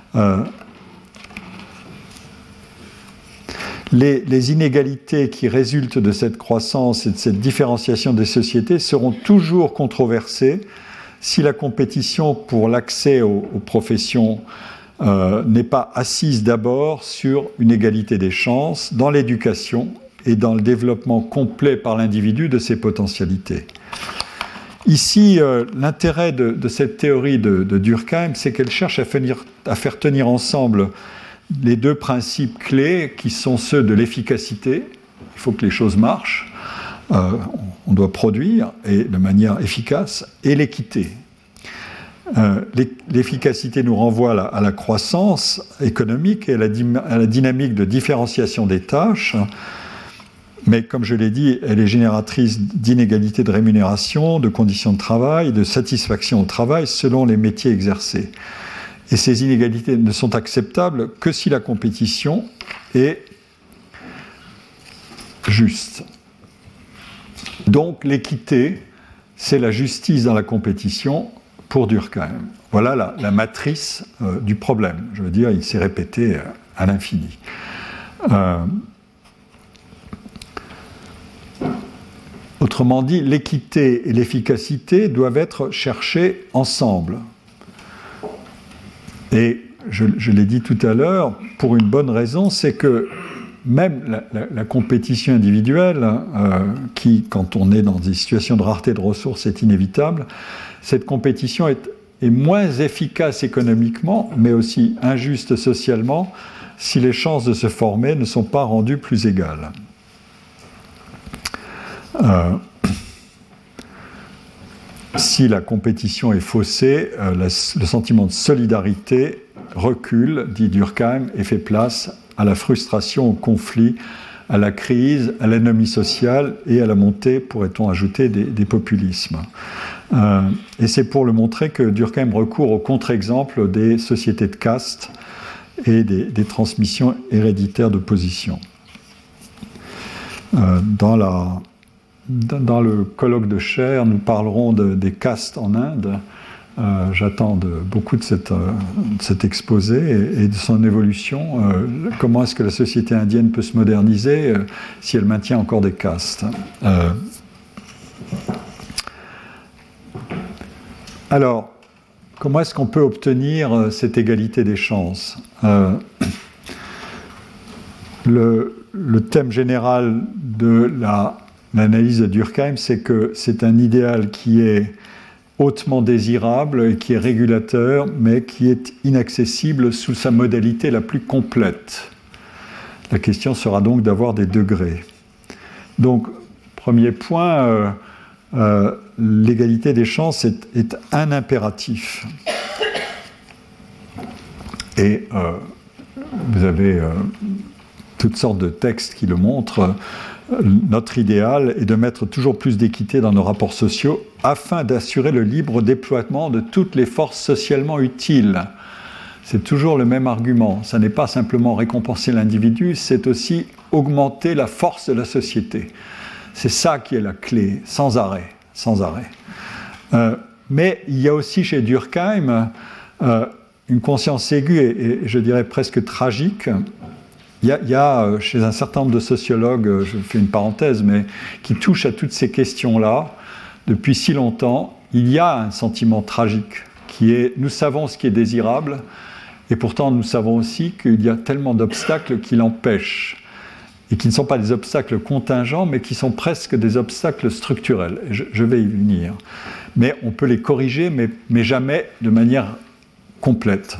Les inégalités qui résultent de cette croissance et de cette différenciation des sociétés seront toujours controversées si la compétition pour l'accès aux professions n'est pas assise d'abord sur une égalité des chances dans l'éducation et dans le développement complet par l'individu de ses potentialités. Ici, l'intérêt de cette théorie de Durkheim, c'est qu'elle cherche à faire tenir ensemble les deux principes clés qui sont ceux de l'efficacité. Il faut que les choses marchent, on doit produire et de manière efficace, et l'équité. L'efficacité nous renvoie à la croissance économique et à la dynamique de différenciation des tâches, mais comme je l'ai dit, elle est génératrice d'inégalités de rémunération, de conditions de travail, de satisfaction au travail selon les métiers exercés. Et ces inégalités ne sont acceptables que si la compétition est juste. Donc l'équité, c'est la justice dans la compétition pour Durkheim. Voilà la matrice du problème. Je veux dire, il s'est répété à l'infini. Autrement dit, l'équité et l'efficacité doivent être cherchées ensemble. Et je l'ai dit tout à l'heure, pour une bonne raison, c'est que même la compétition individuelle, qui, quand on est dans des situations de rareté de ressources, est inévitable, cette compétition est moins efficace économiquement, mais aussi injuste socialement, si les chances de se former ne sont pas rendues plus égales. Si la compétition est faussée, le sentiment de solidarité recule, dit Durkheim, et fait place à la frustration, au conflit, à la crise, à l'ennemi social et à la montée, pourrait-on ajouter, des populismes. Et c'est pour le montrer que Durkheim recourt au contre-exemple des sociétés de caste et des transmissions héréditaires de position. Dans le colloque de Cher, nous parlerons des castes en Inde. J'attends beaucoup de cet exposé et de son évolution. Comment est-ce que la société indienne peut se moderniser si elle maintient encore des castes? Alors, comment est-ce qu'on peut obtenir cette égalité des chances? Le thème général de l'analyse de Durkheim, c'est que c'est un idéal qui est hautement désirable et qui est régulateur, mais qui est inaccessible sous sa modalité la plus complète. La question sera donc d'avoir des degrés. Donc, premier point, l'égalité des chances est un impératif. Et vous avez toutes sortes de textes qui le montrent. Notre idéal est de mettre toujours plus d'équité dans nos rapports sociaux afin d'assurer le libre déploiement de toutes les forces socialement utiles. C'est toujours le même argument. Ça n'est pas simplement récompenser l'individu, c'est aussi augmenter la force de la société. C'est ça qui est la clé, sans arrêt. Mais il y a aussi chez Durkheim une conscience aiguë et je dirais presque tragique. Il y a chez un certain nombre de sociologues, je fais une parenthèse, mais qui touchent à toutes ces questions-là depuis si longtemps, il y a un sentiment tragique qui est « nous savons ce qui est désirable et pourtant nous savons aussi qu'il y a tellement d'obstacles qui l'empêchent et qui ne sont pas des obstacles contingents mais qui sont presque des obstacles structurels. Et je vais y venir. Mais on peut les corriger, mais jamais de manière complète.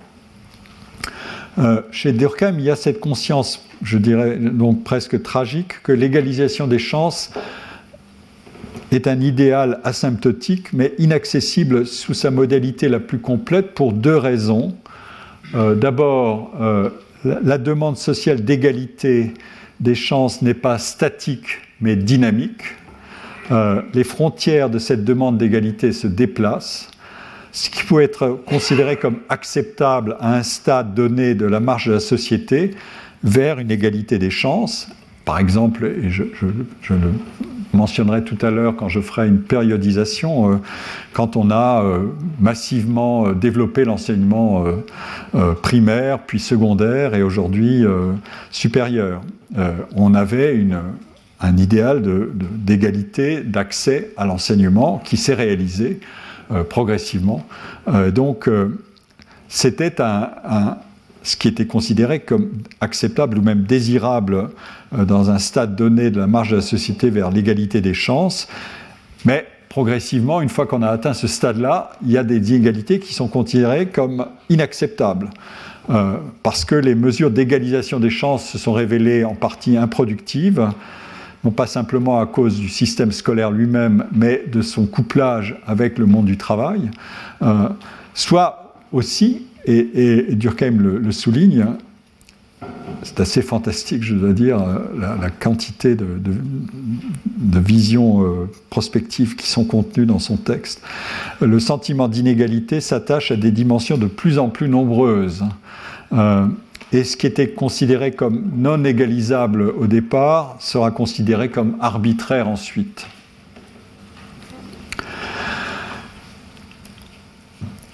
Chez Durkheim, il y a cette conscience, je dirais donc presque tragique, que l'égalisation des chances est un idéal asymptotique, mais inaccessible sous sa modalité la plus complète pour deux raisons. D'abord, la demande sociale d'égalité des chances n'est pas statique, mais dynamique. Les frontières de cette demande d'égalité se déplacent. Ce qui peut être considéré comme acceptable à un stade donné de la marche de la société vers une égalité des chances. Par exemple, et je le mentionnerai tout à l'heure quand je ferai une périodisation, quand on a massivement développé l'enseignement primaire, puis secondaire et aujourd'hui supérieur. On avait un idéal d'égalité, d'accès à l'enseignement qui s'est réalisé progressivement. Donc, c'était ce qui était considéré comme acceptable ou même désirable dans un stade donné de la marche de la société vers l'égalité des chances. Mais progressivement, une fois qu'on a atteint ce stade-là, il y a des inégalités qui sont considérées comme inacceptables. Parce que les mesures d'égalisation des chances se sont révélées en partie improductives, non pas simplement à cause du système scolaire lui-même, mais de son couplage avec le monde du travail, soit aussi, et Durkheim le souligne, c'est assez fantastique, je dois dire, la quantité de visions prospectives qui sont contenues dans son texte. Le sentiment d'inégalité s'attache à des dimensions de plus en plus nombreuses. Et ce qui était considéré comme non égalisable au départ sera considéré comme arbitraire ensuite.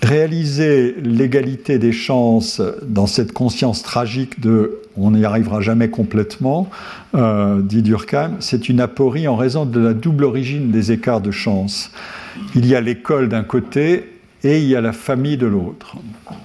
réaliser l'égalité des chances dans cette conscience tragique de « on n'y arrivera jamais complètement », dit Durkheim, c'est une aporie en raison de la double origine des écarts de chance. Il y a l'école d'un côté et il y a la famille de l'autre.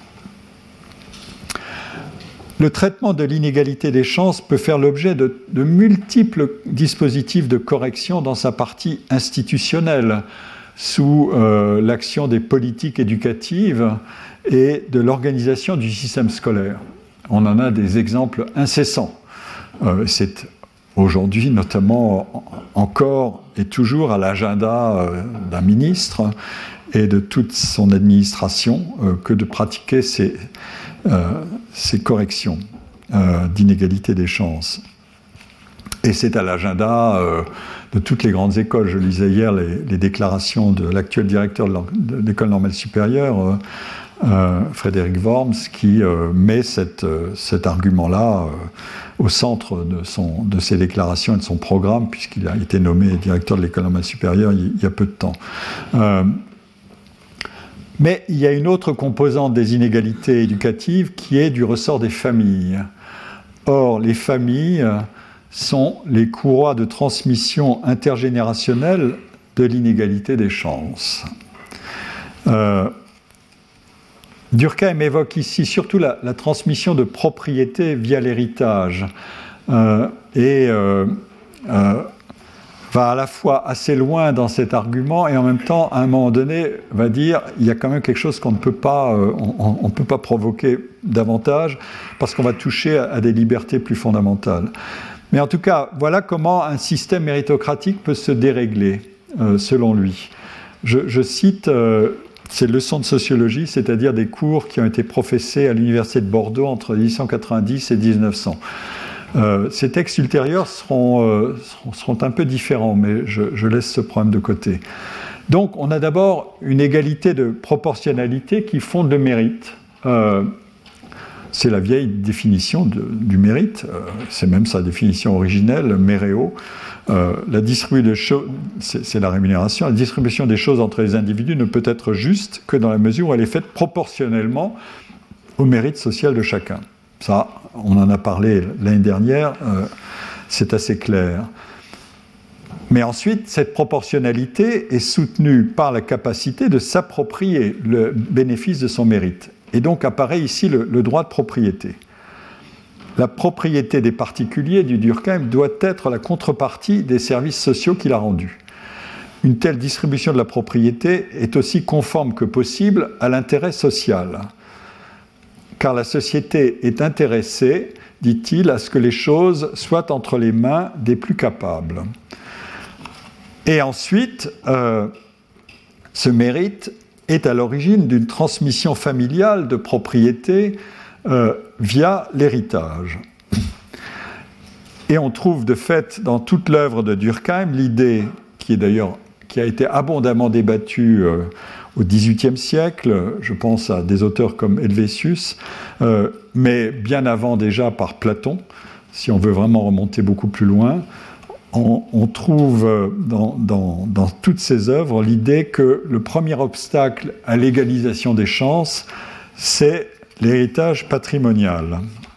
Le traitement de l'inégalité des chances peut faire l'objet de multiples dispositifs de correction dans sa partie institutionnelle, sous l'action des politiques éducatives et de l'organisation du système scolaire. On en a des exemples incessants. C'est aujourd'hui notamment encore et toujours à l'agenda d'un ministre et de toute son administration que de pratiquer ces corrections d'inégalité des chances. Et c'est à l'agenda de toutes les grandes écoles. Je lisais hier les déclarations de l'actuel directeur de l'École normale supérieure, Frédéric Worms, qui met cet argument-là au centre de ses déclarations et de son programme, puisqu'il a été nommé directeur de l'École normale supérieure il y a peu de temps. Mais il y a une autre composante des inégalités éducatives qui est du ressort des familles. Or, les familles sont les courroies de transmission intergénérationnelle de l'inégalité des chances. Durkheim évoque ici surtout la transmission de propriété via l'héritage va à la fois assez loin dans cet argument et en même temps, à un moment donné, va dire il y a quand même quelque chose qu'on ne peut pas, on peut pas provoquer davantage parce qu'on va toucher à des libertés plus fondamentales. Mais en tout cas, voilà comment un système méritocratique peut se dérégler, selon lui. Je cite ces leçons de sociologie, c'est-à-dire des cours qui ont été professés à l'Université de Bordeaux entre 1890 et 1900. Ces textes ultérieurs seront un peu différents, mais je laisse ce problème de côté. Donc, on a d'abord une égalité de proportionnalité qui fonde le mérite. C'est la vieille définition du mérite, c'est même sa définition originelle, méréo. La distribution des choses, c'est la rémunération. La distribution des choses entre les individus ne peut être juste que dans la mesure où elle est faite proportionnellement au mérite social de chacun. Ça, on en a parlé l'année dernière, c'est assez clair. Mais ensuite, cette proportionnalité est soutenue par la capacité de s'approprier le bénéfice de son mérite. Et donc apparaît ici le droit de propriété. La propriété des particuliers du Durkheim doit être la contrepartie des services sociaux qu'il a rendus. Une telle distribution de la propriété est aussi conforme que possible à l'intérêt social. Car la société est intéressée, dit-il, à ce que les choses soient entre les mains des plus capables. Et ensuite, ce mérite est à l'origine d'une transmission familiale de propriété via l'héritage. Et on trouve de fait dans toute l'œuvre de Durkheim l'idée, qui a été abondamment débattue au XVIIIe siècle, je pense à des auteurs comme Helvétius, mais bien avant déjà par Platon, si on veut vraiment remonter beaucoup plus loin, on trouve dans toutes ces œuvres l'idée que le premier obstacle à l'égalisation des chances, c'est l'héritage patrimonial.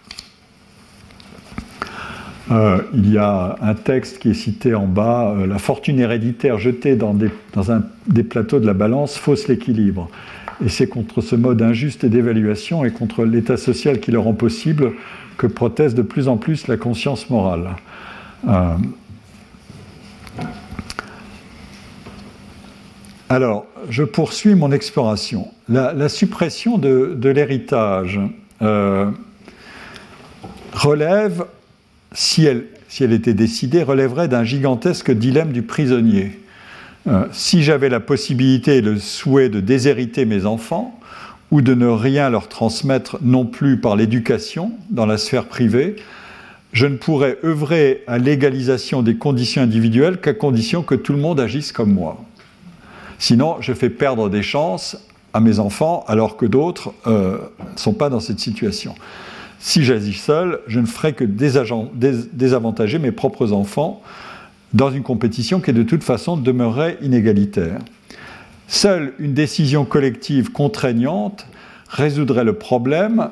Il y a un texte qui est cité en bas, la fortune héréditaire jetée dans des plateaux de la balance fausse l'équilibre. Et c'est contre ce mode injuste et d'évaluation et contre l'état social qui le rend possible que proteste de plus en plus la conscience morale. Alors, je poursuis mon exploration. La suppression de l'héritage relève, si elle était décidée, relèverait d'un gigantesque dilemme du prisonnier. Si j'avais la possibilité et le souhait de déshériter mes enfants, ou de ne rien leur transmettre non plus par l'éducation dans la sphère privée, je ne pourrais œuvrer à l'égalisation des conditions individuelles qu'à condition que tout le monde agisse comme moi. Sinon, je fais perdre des chances à mes enfants alors que d'autres ne sont pas dans cette situation. Si j'agis seul, je ne ferai que désavantager mes propres enfants dans une compétition qui, de toute façon, demeurerait inégalitaire. Seule une décision collective contraignante résoudrait le problème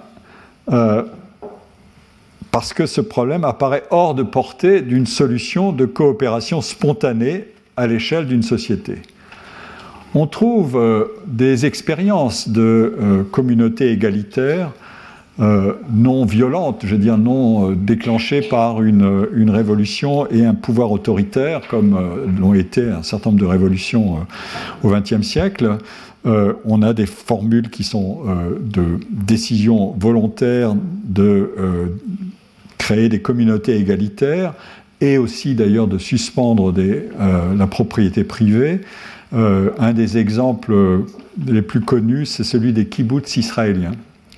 parce que ce problème apparaît hors de portée d'une solution de coopération spontanée à l'échelle d'une société. On trouve des expériences de communautés égalitaires non violentes, je veux dire non déclenchées par une révolution et un pouvoir autoritaire, comme l'ont été un certain nombre de révolutions au XXe siècle. On a des formules qui sont de décision volontaire de créer des communautés égalitaires et aussi d'ailleurs de suspendre la propriété privée. Un des exemples les plus connus, c'est celui des kibboutz israéliens,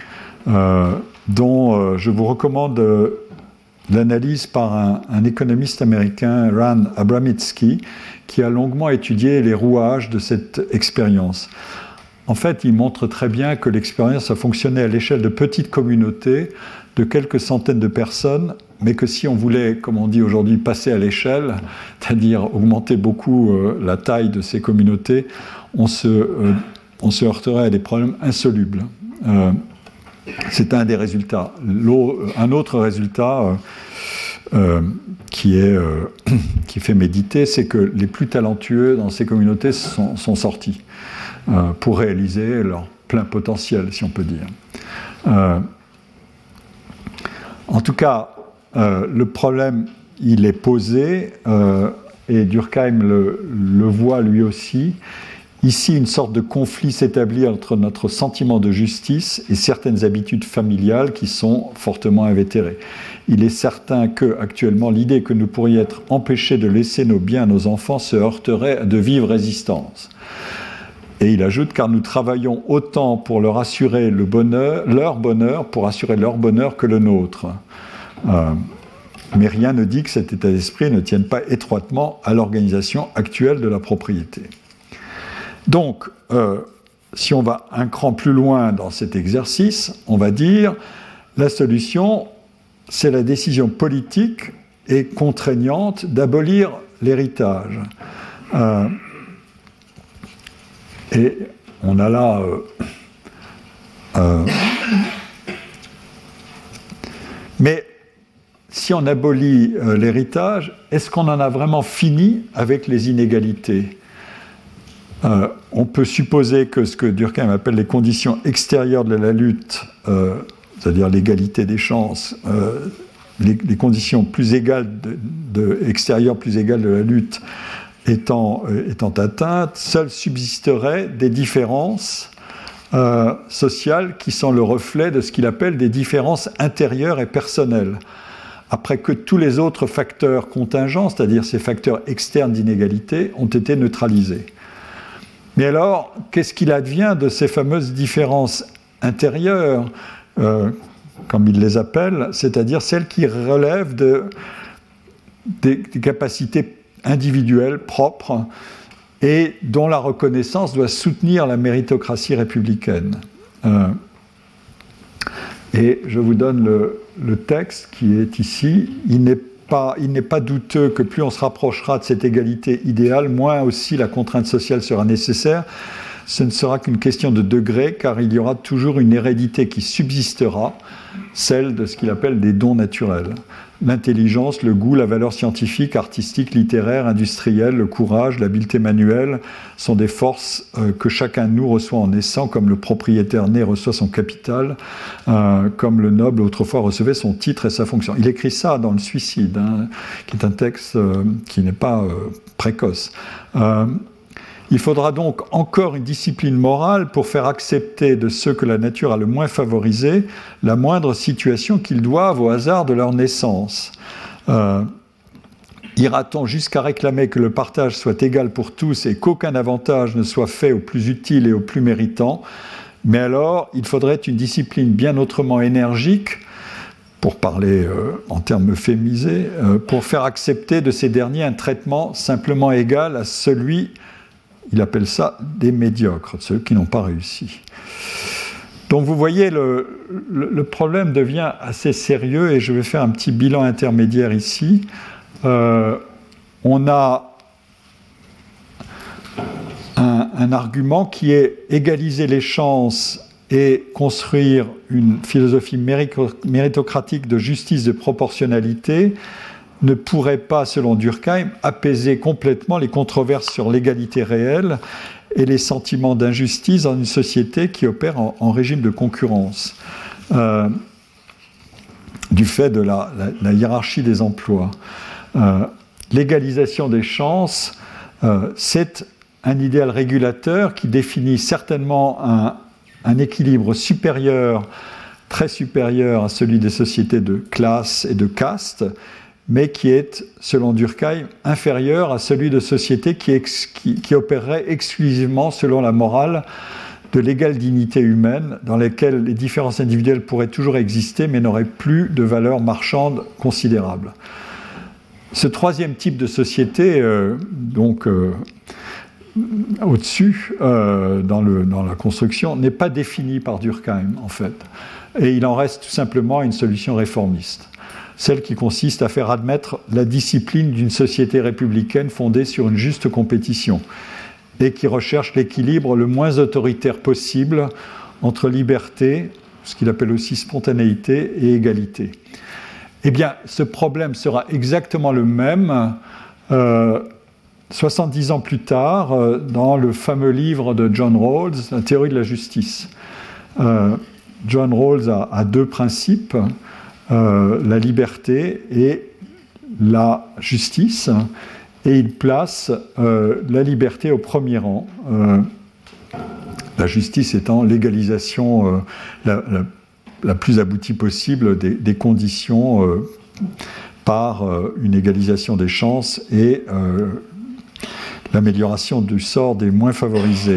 dont je vous recommande l'analyse par un économiste américain, Ran Abramitsky, qui a longuement étudié les rouages de cette expérience. En fait, il montre très bien que l'expérience a fonctionné à l'échelle de petites communautés de quelques centaines de personnes, mais que si on voulait, comme on dit aujourd'hui, passer à l'échelle, c'est-à-dire augmenter beaucoup la taille de ces communautés, on se heurterait à des problèmes insolubles. C'est un des résultats. Un autre résultat qui fait méditer, c'est que les plus talentueux dans ces communautés sont sortis pour réaliser leur plein potentiel, si on peut dire. En tout cas, le problème, il est posé, et Durkheim le voit lui aussi. Ici, une sorte de conflit s'établit entre notre sentiment de justice et certaines habitudes familiales qui sont fortement invétérées. Il est certain que, actuellement, l'idée que nous pourrions être empêchés de laisser nos biens à nos enfants se heurterait à de vives résistances. Et il ajoute, car nous travaillons autant pour leur assurer leur bonheur, pour assurer leur bonheur que le nôtre. Mais rien ne dit que cet état d'esprit ne tienne pas étroitement à l'organisation actuelle de la propriété. Donc, si on va un cran plus loin dans cet exercice, on va dire la solution, c'est la décision politique et contraignante d'abolir l'héritage. Et on a là mais si on abolit l'héritage, est-ce qu'on en a vraiment fini avec les inégalités ? On peut supposer que ce que Durkheim appelle les conditions extérieures de la lutte, c'est-à-dire l'égalité des chances, les conditions plus égales extérieures plus égales de la lutte étant atteintes, seules subsisteraient des différences sociales qui sont le reflet de ce qu'il appelle des différences intérieures et personnelles. Après que tous les autres facteurs contingents, c'est-à-dire ces facteurs externes d'inégalité, ont été neutralisés. Mais alors, qu'est-ce qu'il advient de ces fameuses différences intérieures, comme il les appelle, c'est-à-dire celles qui relèvent des capacités individuelles propres et dont la reconnaissance doit soutenir la méritocratie républicaine. Et je vous donne le texte qui est ici. Il n'est pas douteux que plus on se rapprochera de cette égalité idéale, moins aussi la contrainte sociale sera nécessaire. Ce ne sera qu'une question de degré, car il y aura toujours une hérédité qui subsistera, celle de ce qu'il appelle des dons naturels. L'intelligence, le goût, la valeur scientifique, artistique, littéraire, industrielle, le courage, l'habileté manuelle sont des forces que chacun de nous reçoit en naissant, comme le propriétaire né reçoit son capital, comme le noble autrefois recevait son titre et sa fonction. Il écrit ça dans Le Suicide, qui est un texte qui n'est pas précoce. Il faudra donc encore une discipline morale pour faire accepter de ceux que la nature a le moins favorisés la moindre situation qu'ils doivent au hasard de leur naissance. Ira-t-on jusqu'à réclamer que le partage soit égal pour tous et qu'aucun avantage ne soit fait aux plus utiles et aux plus méritants ? Mais alors, il faudrait une discipline bien autrement énergique, pour parler en termes euphémisés, pour faire accepter de ces derniers un traitement simplement égal à celui, il appelle ça des médiocres, ceux qui n'ont pas réussi. Donc vous voyez, le problème devient assez sérieux et je vais faire un petit bilan intermédiaire ici. On a un un argument qui est égaliser les chances et construire une philosophie méritocratique de justice, de proportionnalité, ne pourrait pas, selon Durkheim, apaiser complètement les controverses sur l'égalité réelle et les sentiments d'injustice dans une société qui opère en régime de concurrence, du fait de la hiérarchie des emplois. L'égalisation des chances, c'est un idéal régulateur qui définit certainement un équilibre supérieur, très supérieur à celui des sociétés de classe et de caste, mais qui est, selon Durkheim, inférieur à celui de sociétés qui opéreraient exclusivement selon la morale de l'égale dignité humaine, dans lesquelles les différences individuelles pourraient toujours exister, mais n'auraient plus de valeur marchande considérable. Ce troisième type de société, au-dessus, dans la construction, n'est pas défini par Durkheim, en fait. Et il en reste tout simplement une solution réformiste, celle qui consiste à faire admettre la discipline d'une société républicaine fondée sur une juste compétition et qui recherche l'équilibre le moins autoritaire possible entre liberté, ce qu'il appelle aussi spontanéité, et égalité. Eh bien, ce problème sera exactement le même 70 ans plus tard dans le fameux livre de John Rawls, La théorie de la justice. John Rawls a deux principes, la liberté et la justice, et il place la liberté au premier rang, la justice étant l'égalisation la plus aboutie possible des conditions par une égalisation des chances et l'amélioration du sort des moins favorisés.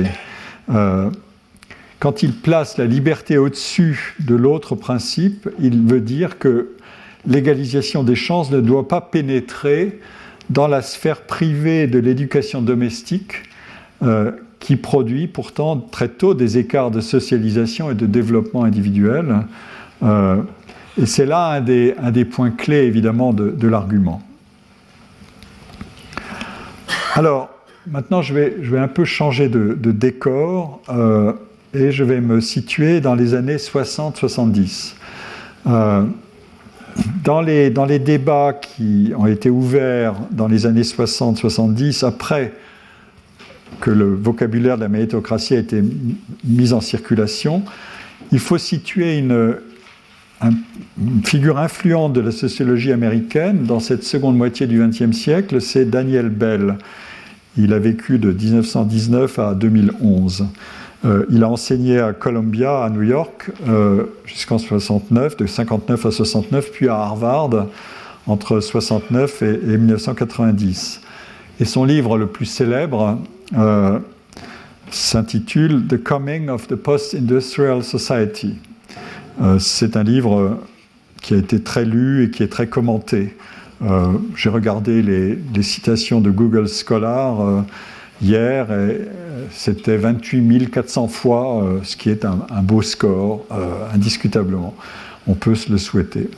Quand il place la liberté au-dessus de l'autre principe, il veut dire que l'égalisation des chances ne doit pas pénétrer dans la sphère privée de l'éducation domestique, qui produit pourtant très tôt des écarts de socialisation et de développement individuel. Et c'est là un des points clés, évidemment, de l'argument. Alors, maintenant, je vais un peu changer de décor et je vais me situer dans les années 60-70. Dans les débats qui ont été ouverts dans les années 60-70, après que le vocabulaire de la méritocratie a été mis en circulation, il faut situer une figure influente de la sociologie américaine dans cette seconde moitié du XXe siècle, c'est Daniel Bell. Il a vécu de 1919 à 2011. Il a enseigné à Columbia, à New York, jusqu'en 69, de 59 à 69, puis à Harvard, entre 69 et 1990. Et son livre le plus célèbre s'intitule « The Coming of the Post-Industrial Society ». C'est un livre qui a été très lu et qui est très commenté. J'ai regardé les citations de Google Scholar hier, et c'était 28 400 fois, ce qui est un beau score, indiscutablement. On peut se le souhaiter.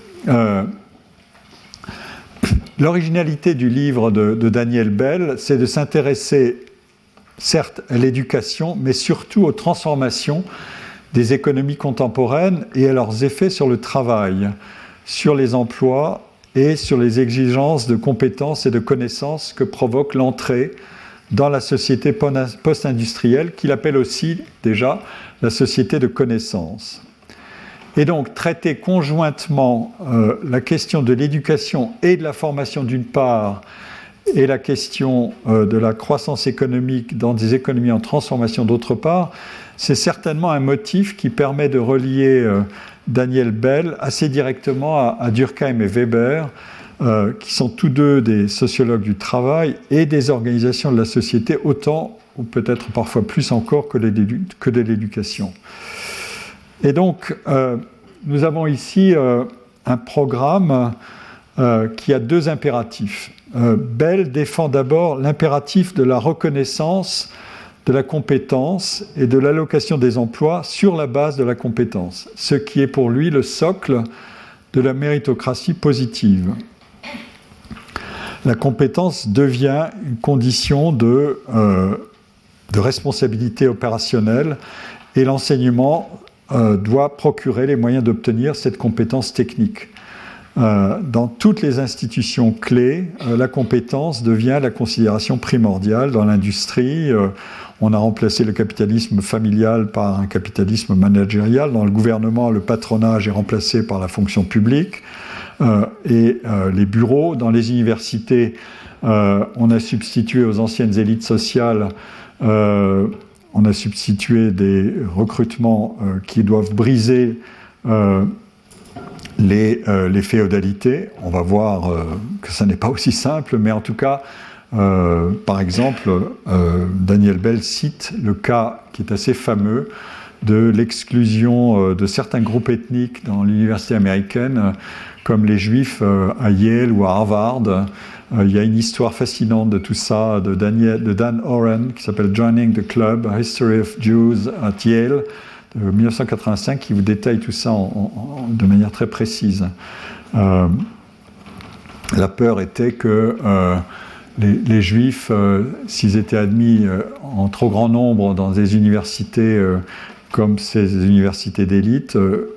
L'originalité du livre de Daniel Bell, c'est de s'intéresser, certes, à l'éducation, mais surtout aux transformations des économies contemporaines et à leurs effets sur le travail, sur les emplois et sur les exigences de compétences et de connaissances que provoque l'entrée dans la société post-industrielle, qu'il appelle aussi déjà la société de connaissances. Et donc traiter conjointement la question de l'éducation et de la formation d'une part, et la question de la croissance économique dans des économies en transformation d'autre part, c'est certainement un motif qui permet de relier Daniel Bell assez directement à Durkheim et Weber, qui sont tous deux des sociologues du travail et des organisations de la société, autant ou peut-être parfois plus encore que de l'éducation. Et donc, nous avons ici un programme qui a deux impératifs. Bell défend d'abord l'impératif de la reconnaissance de la compétence et de l'allocation des emplois sur la base de la compétence, ce qui est pour lui le socle de la méritocratie positive. La compétence devient une condition de de responsabilité opérationnelle, et l'enseignement doit procurer les moyens d'obtenir cette compétence technique. Dans toutes les institutions clés, la compétence devient la considération primordiale. Dans l'industrie, on a remplacé le capitalisme familial par un capitalisme managérial. Dans le gouvernement, le patronage est remplacé par la fonction publique et les bureaux. Dans les universités, on a substitué aux anciennes élites sociales, on a substitué des recrutements qui doivent briser les féodalités. On va voir que ça n'est pas aussi simple, mais en tout cas, par exemple, Daniel Bell cite le cas qui est assez fameux de l'exclusion de certains groupes ethniques dans l'université américaine, comme les Juifs à Yale ou à Harvard. Il y a une histoire fascinante de tout ça, de Dan Oren, qui s'appelle Joining the Club, A History of Jews at Yale, de 1985, qui vous détaille tout ça de manière très précise. La peur était que les Juifs, s'ils étaient admis en trop grand nombre dans des universités comme ces universités d'élite,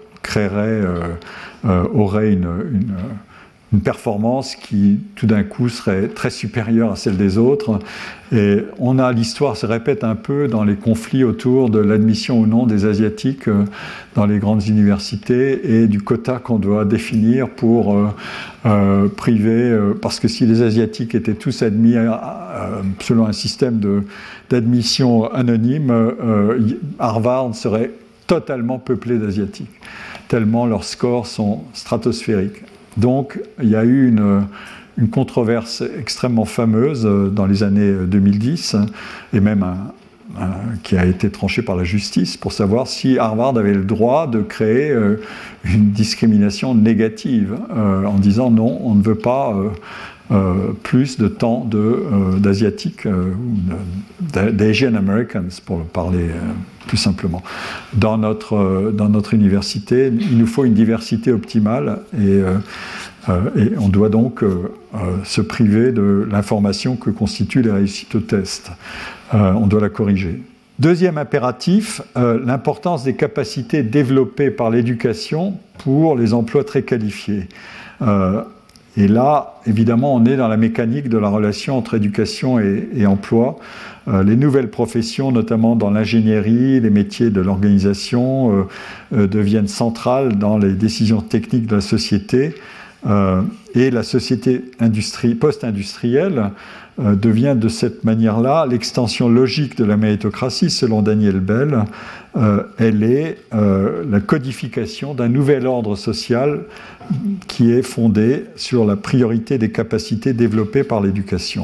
auraient une performance qui, tout d'un coup, serait très supérieure à celle des autres. Et l'histoire se répète un peu dans les conflits autour de l'admission ou non des Asiatiques dans les grandes universités et du quota qu'on doit définir pour priver. Parce que si les Asiatiques étaient tous admis selon un système d'admission anonyme, Harvard serait totalement peuplé d'Asiatiques, tellement leurs scores sont stratosphériques. Donc, il y a eu une controverse extrêmement fameuse dans les années 2010, et même qui a été tranchée par la justice, pour savoir si Harvard avait le droit de créer une discrimination négative, en disant non, on ne veut pas plus de temps d'Asiatiques, d'Asian Americans, pour parler plus simplement. Dans notre université, il nous faut une diversité optimale et on doit donc se priver de l'information que constituent les réussites au test. On doit la corriger. Deuxième impératif, l'importance des capacités développées par l'éducation pour les emplois très qualifiés. Et là, évidemment, on est dans la mécanique de la relation entre éducation et emploi. Les nouvelles professions, notamment dans l'ingénierie, les métiers de l'organisation, deviennent centrales dans les décisions techniques de la société. Et la société post-industrielle devient de cette manière-là l'extension logique de la méritocratie, selon Daniel Bell. Elle est la codification d'un nouvel ordre social qui est fondé sur la priorité des capacités développées par l'éducation.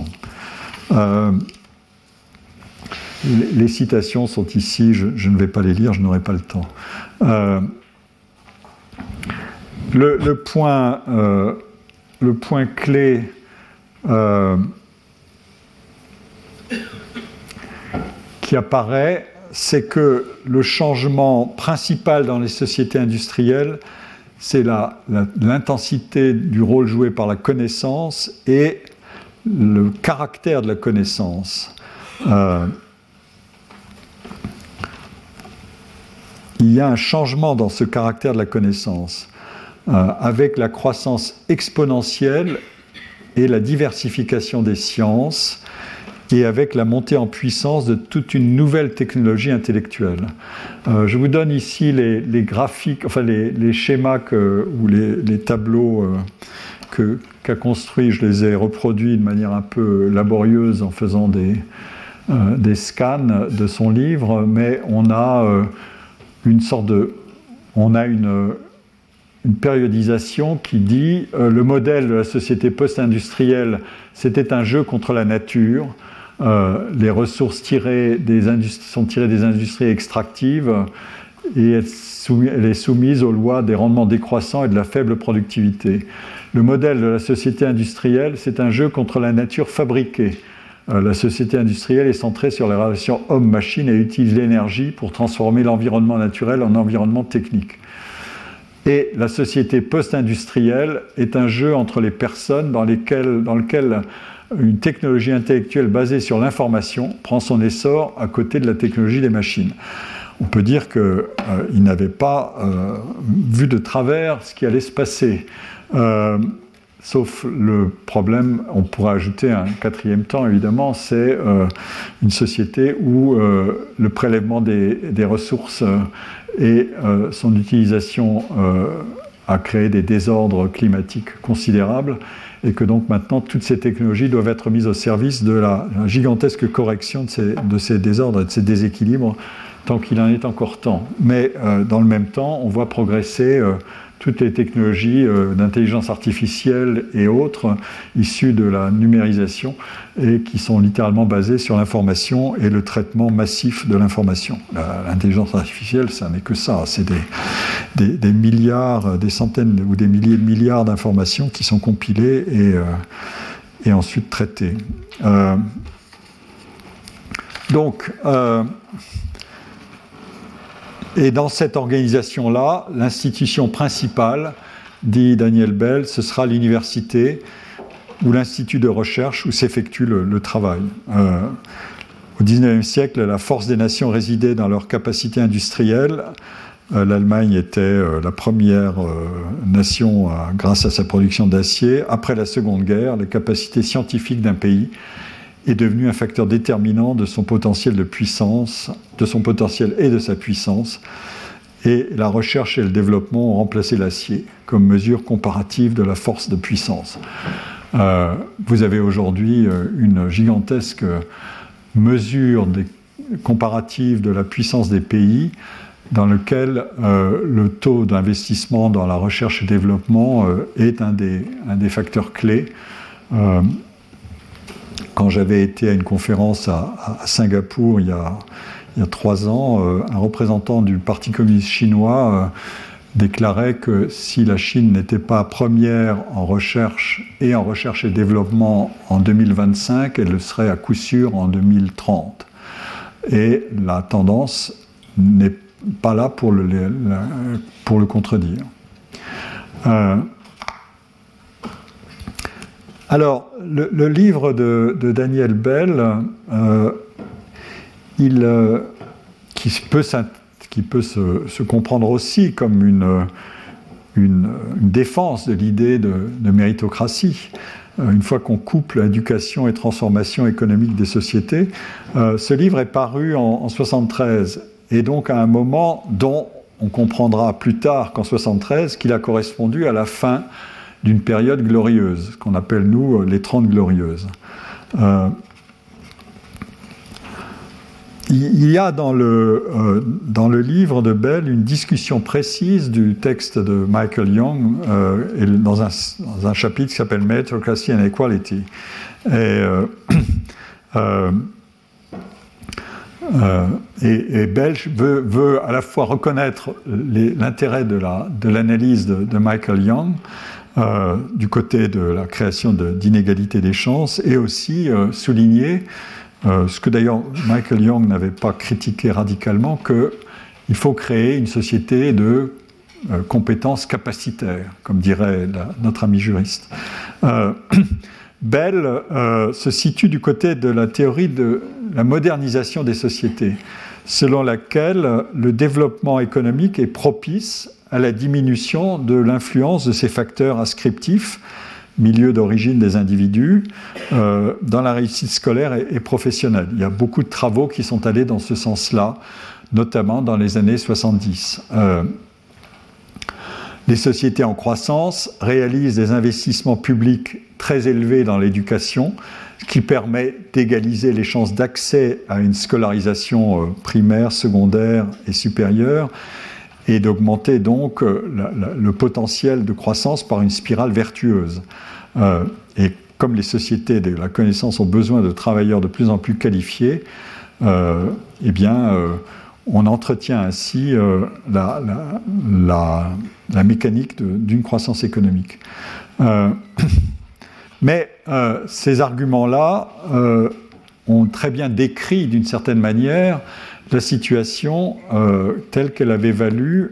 Les citations sont ici, je ne vais pas les lire, je n'aurai pas le temps. Le point clé qui apparaît, c'est que le changement principal dans les sociétés industrielles, c'est l'intensité du rôle joué par la connaissance et le caractère de la connaissance. Il y a un changement dans ce caractère de la connaissance, avec la croissance exponentielle et la diversification des sciences, et avec la montée en puissance de toute une nouvelle technologie intellectuelle. Je vous donne ici les graphiques, enfin les schémas ou les tableaux qu'a construit, je les ai reproduits de manière un peu laborieuse en faisant des scans de son livre, mais on a une périodisation qui dit le modèle de la société post-industrielle, c'était un jeu contre la nature. Les ressources sont tirées des industries extractives et elle est soumise aux lois des rendements décroissants et de la faible productivité. Le modèle de la société industrielle, c'est un jeu contre la nature fabriquée. La société industrielle est centrée sur les relations homme-machine et utilise l'énergie pour transformer l'environnement naturel en environnement technique. Et la société post-industrielle est un jeu entre les personnes dans lequel une technologie intellectuelle basée sur l'information prend son essor à côté de la technologie des machines. On peut dire qu'ils n'avaient pas vu de travers ce qui allait se passer. Sauf le problème, on pourrait ajouter un quatrième temps évidemment, c'est une société où le prélèvement des ressources et son utilisation a créé des désordres climatiques considérables, et que donc maintenant toutes ces technologies doivent être mises au service de la gigantesque correction de ces désordres et de ces déséquilibres, tant qu'il en est encore temps. Mais dans le même temps, on voit progresser toutes les technologies d'intelligence artificielle et autres issues de la numérisation et qui sont littéralement basées sur l'information et le traitement massif de l'information. L'intelligence artificielle, ça n'est que ça, c'est des milliards, des centaines ou des milliers de milliards d'informations qui sont compilées et ensuite traitées. Et dans cette organisation-là, l'institution principale, dit Daniel Bell, ce sera l'université ou l'institut de recherche où s'effectue le travail. Au XIXe siècle, la force des nations résidait dans leur capacité industrielle. L'Allemagne était la première nation grâce à sa production d'acier. Après la Seconde Guerre, la capacité scientifique d'un pays est devenu un facteur déterminant de son potentiel de puissance, de son potentiel et de sa puissance, et la recherche et le développement ont remplacé l'acier comme mesure comparative de la force de puissance. Vous avez aujourd'hui une gigantesque mesure comparative de la puissance des pays, dans lequel le taux d'investissement dans la recherche et développement est un des facteurs clés. Quand j'avais été à une conférence à Singapour il y a 3 ans, un représentant du Parti communiste chinois déclarait que si la Chine n'était pas première en recherche et développement en 2025, elle le serait à coup sûr en 2030. Et la tendance n'est pas là pour le contredire. Alors, le livre de Daniel Bell, qui peut se comprendre aussi comme une défense de l'idée de méritocratie, une fois qu'on couple éducation et transformation économique des sociétés, ce livre est paru en 1973, et donc à un moment dont on comprendra plus tard qu'en 1973 qu'il a correspondu à la fin d'une période glorieuse, qu'on appelle, nous, les 30 glorieuses. Il y a dans le livre de Bell une discussion précise du texte de Michael Young dans un chapitre qui s'appelle Meritocracy and Equality. Et Bell veut à la fois reconnaître l'intérêt de l'analyse de Michael Young du côté de la création d'inégalités des chances, et aussi souligner ce que d'ailleurs Michael Young n'avait pas critiqué radicalement, qu'il faut créer une société de compétences capacitaires, comme dirait notre ami juriste. Bell se situe du côté de la théorie de la modernisation des sociétés, selon laquelle le développement économique est propice à la diminution de l'influence de ces facteurs ascriptifs, milieu d'origine des individus, dans la réussite scolaire et professionnelle. Il y a beaucoup de travaux qui sont allés dans ce sens-là, notamment dans les années 70. Les sociétés en croissance réalisent des investissements publics très élevés dans l'éducation, ce qui permet d'égaliser les chances d'accès à une scolarisation primaire, secondaire et supérieure, et d'augmenter donc le potentiel de croissance par une spirale vertueuse. Et comme les sociétés de la connaissance ont besoin de travailleurs de plus en plus qualifiés, eh bien, on entretient ainsi la mécanique d'une croissance économique. Mais ces arguments-là ont très bien décrit, d'une certaine manière, la situation telle qu'elle avait valu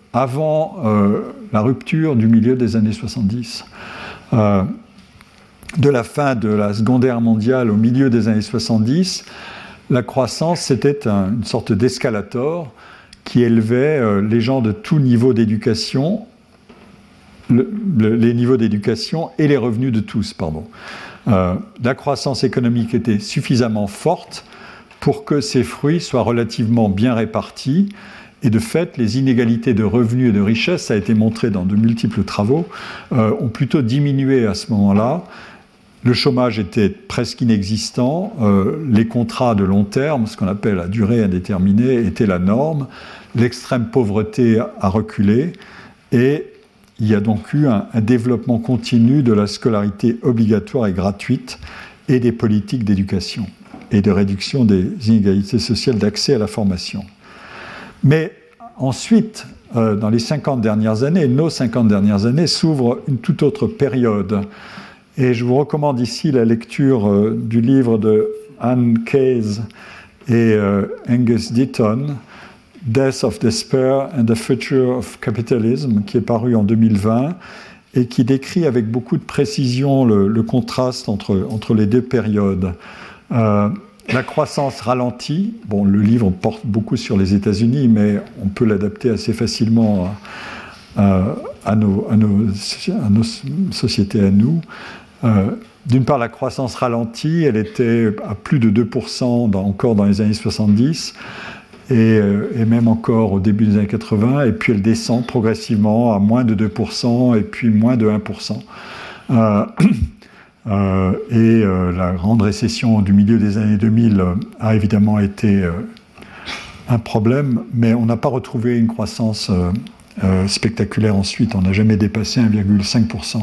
avant la rupture du milieu des années 70. de la fin de la Seconde Guerre mondiale au milieu des années 70, la croissance, c'était une sorte d'escalator qui élevait les gens de tout niveau d'éducation, les niveaux d'éducation et les revenus de tous, pardon. La croissance économique était suffisamment forte pour que ses fruits soient relativement bien répartis. Et de fait, les inégalités de revenus et de richesse, ça a été montré dans de multiples travaux, ont plutôt diminué à ce moment-là. Le chômage était presque inexistant. Les contrats de long terme, ce qu'on appelle à durée indéterminée, étaient la norme. L'extrême pauvreté a reculé. Et il y a donc eu un développement continu de la scolarité obligatoire et gratuite et des politiques d'éducation et de réduction des inégalités sociales d'accès à la formation. Mais ensuite, dans les 50 dernières années, nos 50 dernières années, s'ouvre une toute autre période. Et je vous recommande ici la lecture du livre de Anne Keyes et Angus Deaton, Death of Despair and the Future of Capitalism, qui est paru en 2020 et qui décrit avec beaucoup de précision le contraste entre les deux périodes. La croissance ralentit. Bon, le livre porte beaucoup sur les États-Unis, mais on peut l'adapter assez facilement à nos sociétés, à nous. D'une part, la croissance ralentit. Elle était à plus de 2% encore dans les années 70 et même encore au début des années 80. Et puis elle descend progressivement à moins de 2% et puis moins de 1%. La grande récession du milieu des années 2000 a évidemment été un problème, mais on n'a pas retrouvé une croissance spectaculaire ensuite. On n'a jamais dépassé 1,5%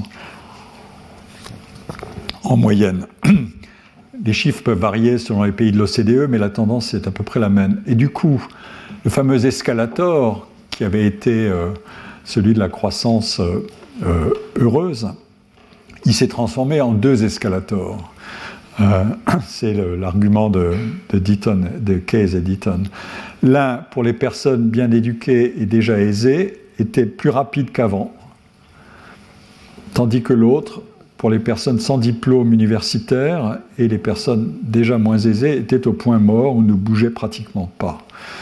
en moyenne. Les chiffres peuvent varier selon les pays de l'OCDE, mais la tendance est à peu près la même. Et du coup, le fameux escalator, qui avait été celui de la croissance heureuse, il s'est transformé en deux escalators. C'est l'argument de Keyes et Deaton. L'un, pour les personnes bien éduquées et déjà aisées, était plus rapide qu'avant, tandis que l'autre, pour les personnes sans diplôme universitaire et les personnes déjà moins aisées, était au point mort ou ne bougeait pratiquement pas.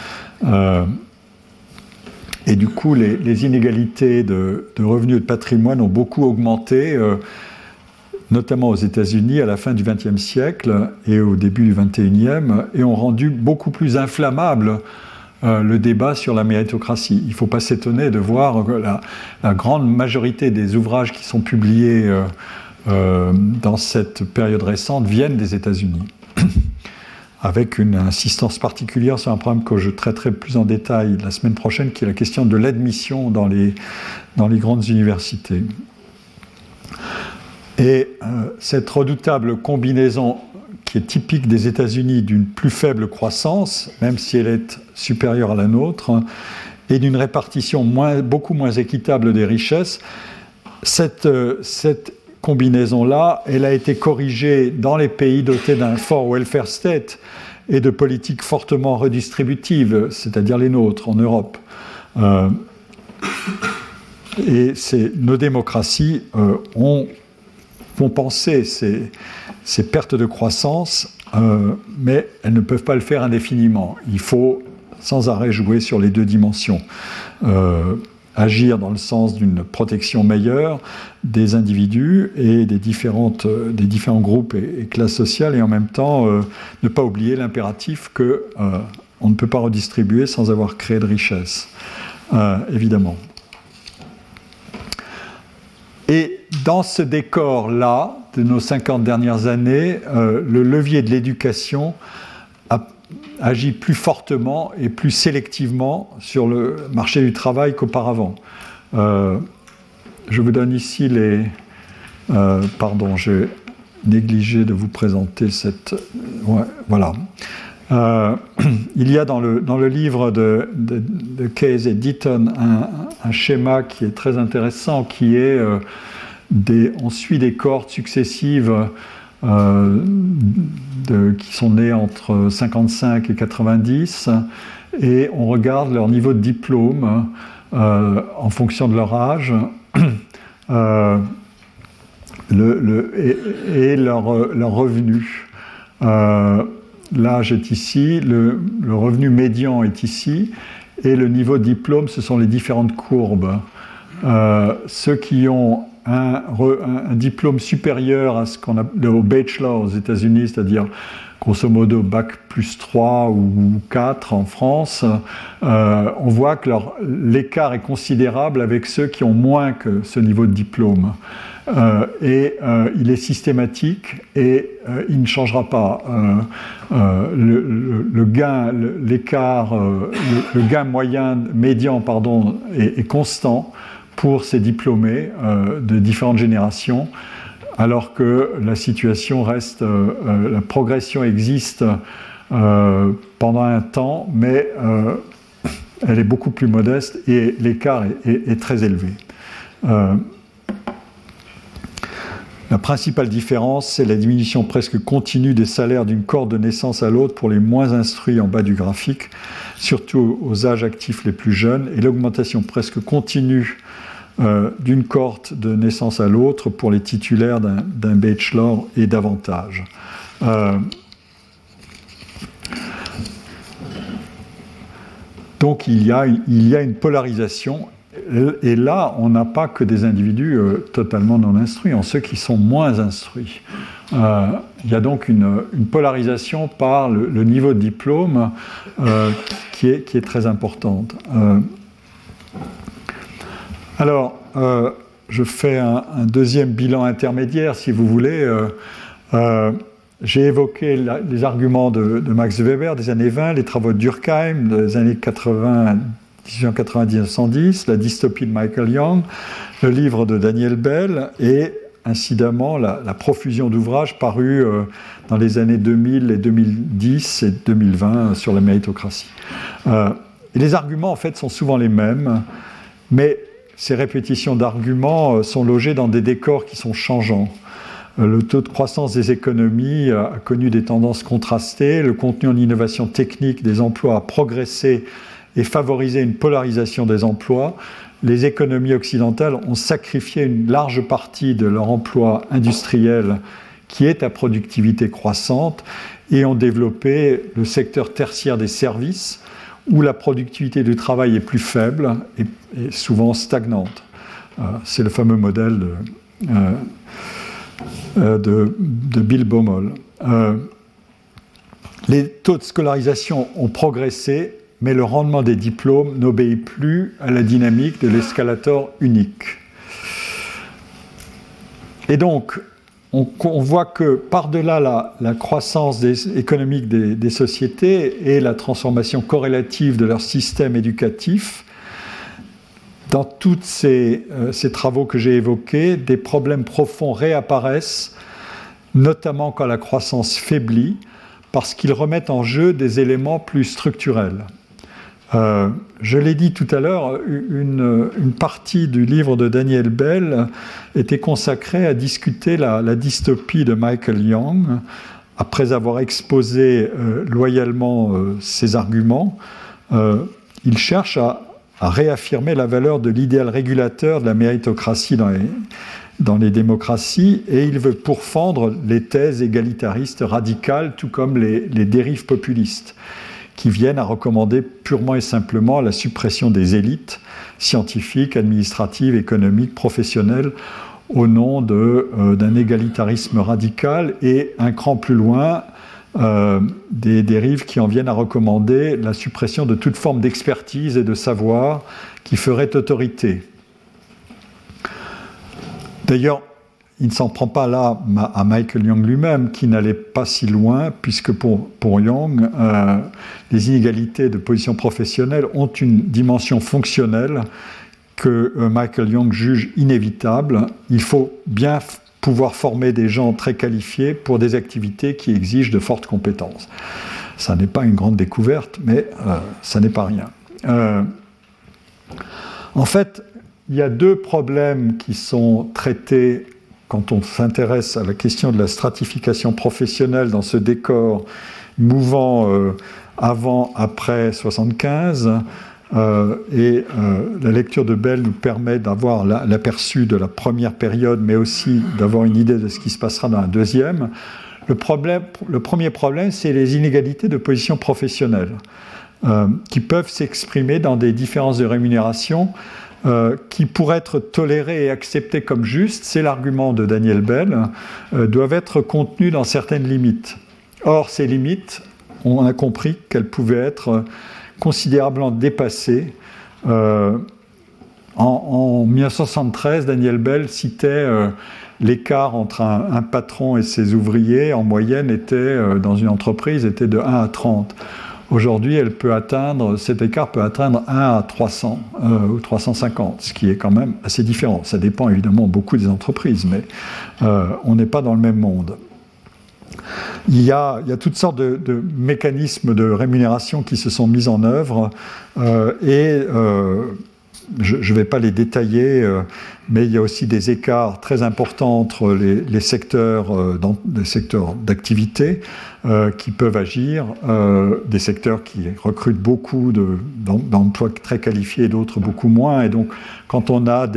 Et du coup, les inégalités de revenus et de patrimoine ont beaucoup augmenté, notamment aux États-Unis à la fin du XXe siècle et au début du XXIe, et ont rendu beaucoup plus inflammable le débat sur la méritocratie. Il ne faut pas s'étonner de voir que la grande majorité des ouvrages qui sont publiés dans cette période récente viennent des États-Unis, avec une insistance particulière sur un problème que je traiterai plus en détail la semaine prochaine, qui est la question de l'admission dans les grandes universités. Et cette redoutable combinaison qui est typique des États-Unis d'une plus faible croissance, même si elle est supérieure à la nôtre, et d'une répartition beaucoup moins équitable des richesses, cette combinaison-là, elle a été corrigée dans les pays dotés d'un fort welfare state et de politiques fortement redistributives, c'est-à-dire les nôtres en Europe. Et nos démocraties ont compenser ces pertes de croissance, mais elles ne peuvent pas le faire indéfiniment. Il faut sans arrêt jouer sur les deux dimensions. Agir dans le sens d'une protection meilleure des individus et des différents groupes et classes sociales, et en même temps ne pas oublier l'impératif qu'on ne peut pas redistribuer sans avoir créé de richesse, évidemment. Et dans ce décor-là, de nos 50 dernières années, le levier de l'éducation agit plus fortement et plus sélectivement sur le marché du travail qu'auparavant. Je vous donne ici pardon, j'ai négligé de vous présenter cette... Ouais, voilà. Il y a dans le livre de Keyes et Deaton un schéma qui est très intéressant, qui est on suit des cohortes successives qui sont nées entre 55 et 90, et on regarde leur niveau de diplôme en fonction de leur âge. et leur revenu. L'âge est ici, le revenu médian est ici, et le niveau de diplôme, ce sont les différentes courbes. Ceux qui ont un diplôme supérieur à ce qu'on appelle au bachelor aux États-Unis, c'est-à-dire grosso modo bac plus 3 ou 4 en France, on voit que l'écart est considérable avec ceux qui ont moins que ce niveau de diplôme. Il est systématique et il ne changera pas. Le gain moyen, médian, est constant pour ces diplômés de différentes générations, alors que la situation reste, la progression existe pendant un temps, mais elle est beaucoup plus modeste et l'écart est très élevé. La principale différence, c'est la diminution presque continue des salaires d'une cohorte de naissance à l'autre pour les moins instruits en bas du graphique, surtout aux âges actifs les plus jeunes, et l'augmentation presque continue d'une cohorte de naissance à l'autre pour les titulaires d'un bachelor et davantage. Donc il y a une polarisation. Et là, on n'a pas que des individus totalement non instruits, en ceux qui sont moins instruits. Il y a donc une polarisation par le niveau de diplôme qui est très importante. Alors, je fais un deuxième bilan intermédiaire, si vous voulez. J'ai évoqué les arguments de Max Weber des années 20, les travaux de Durkheim des années 80. 1890, la dystopie de Michael Young, le livre de Daniel Bell et incidemment la profusion d'ouvrages parus dans les années 2000 et 2010 et 2020 sur la méritocratie. Et les arguments en fait sont souvent les mêmes, mais ces répétitions d'arguments sont logées dans des décors qui sont changeants. Le taux de croissance des économies a connu des tendances contrastées, le contenu en innovation technique des emplois a progressé et favoriser une polarisation des emplois, les économies occidentales ont sacrifié une large partie de leur emploi industriel qui est à productivité croissante et ont développé le secteur tertiaire des services où la productivité du travail est plus faible et souvent stagnante. C'est le fameux modèle de Bill Baumol. Les taux de scolarisation ont progressé, mais le rendement des diplômes n'obéit plus à la dynamique de l'escalator unique. Et donc, on voit que par-delà la croissance économique des sociétés et la transformation corrélative de leur système éducatif, dans tous ces travaux que j'ai évoqués, des problèmes profonds réapparaissent, notamment quand la croissance faiblit, parce qu'ils remettent en jeu des éléments plus structurels. Je l'ai dit tout à l'heure, une partie du livre de Daniel Bell était consacrée à discuter la dystopie de Michael Young. Après avoir exposé loyalement ses arguments, il cherche à réaffirmer la valeur de l'idéal régulateur de la méritocratie dans les démocraties, et il veut pourfendre les thèses égalitaristes radicales, tout comme les dérives populistes, qui viennent à recommander purement et simplement la suppression des élites scientifiques, administratives, économiques, professionnelles, au nom d'un égalitarisme radical, et un cran plus loin, des dérives qui en viennent à recommander la suppression de toute forme d'expertise et de savoir qui ferait autorité. D'ailleurs, il ne s'en prend pas là à Michael Young lui-même, qui n'allait pas si loin, puisque pour Young, les inégalités de position professionnelle ont une dimension fonctionnelle que Michael Young juge inévitable. Il faut bien pouvoir former des gens très qualifiés pour des activités qui exigent de fortes compétences. Ça n'est pas une grande découverte, mais ça n'est pas rien. En fait, il y a deux problèmes qui sont traités quand on s'intéresse à la question de la stratification professionnelle dans ce décor mouvant avant-après 75. La lecture de Bell nous permet d'avoir l'aperçu de la première période, mais aussi d'avoir une idée de ce qui se passera dans la deuxième. Le premier problème, c'est les inégalités de position professionnelle, qui peuvent s'exprimer dans des différences de rémunération qui, pour être tolérées et acceptées comme justes, c'est l'argument de Daniel Bell, doivent être contenues dans certaines limites. Or, ces limites, on a compris qu'elles pouvaient être considérablement dépassées. En 1973, Daniel Bell citait l'écart entre un patron et ses ouvriers, en moyenne, dans une entreprise, était de 1 à 30. Aujourd'hui, cet écart peut atteindre 1 à 300 ou 350, ce qui est quand même assez différent. Ça dépend évidemment beaucoup des entreprises, mais on n'est pas dans le même monde. Il y a toutes sortes de mécanismes de rémunération qui se sont mis en œuvre je ne vais pas les détailler, mais il y a aussi des écarts très importants entre les secteurs d'activité qui peuvent agir, des secteurs qui recrutent beaucoup d'emplois très qualifiés et d'autres beaucoup moins. Et donc, quand on a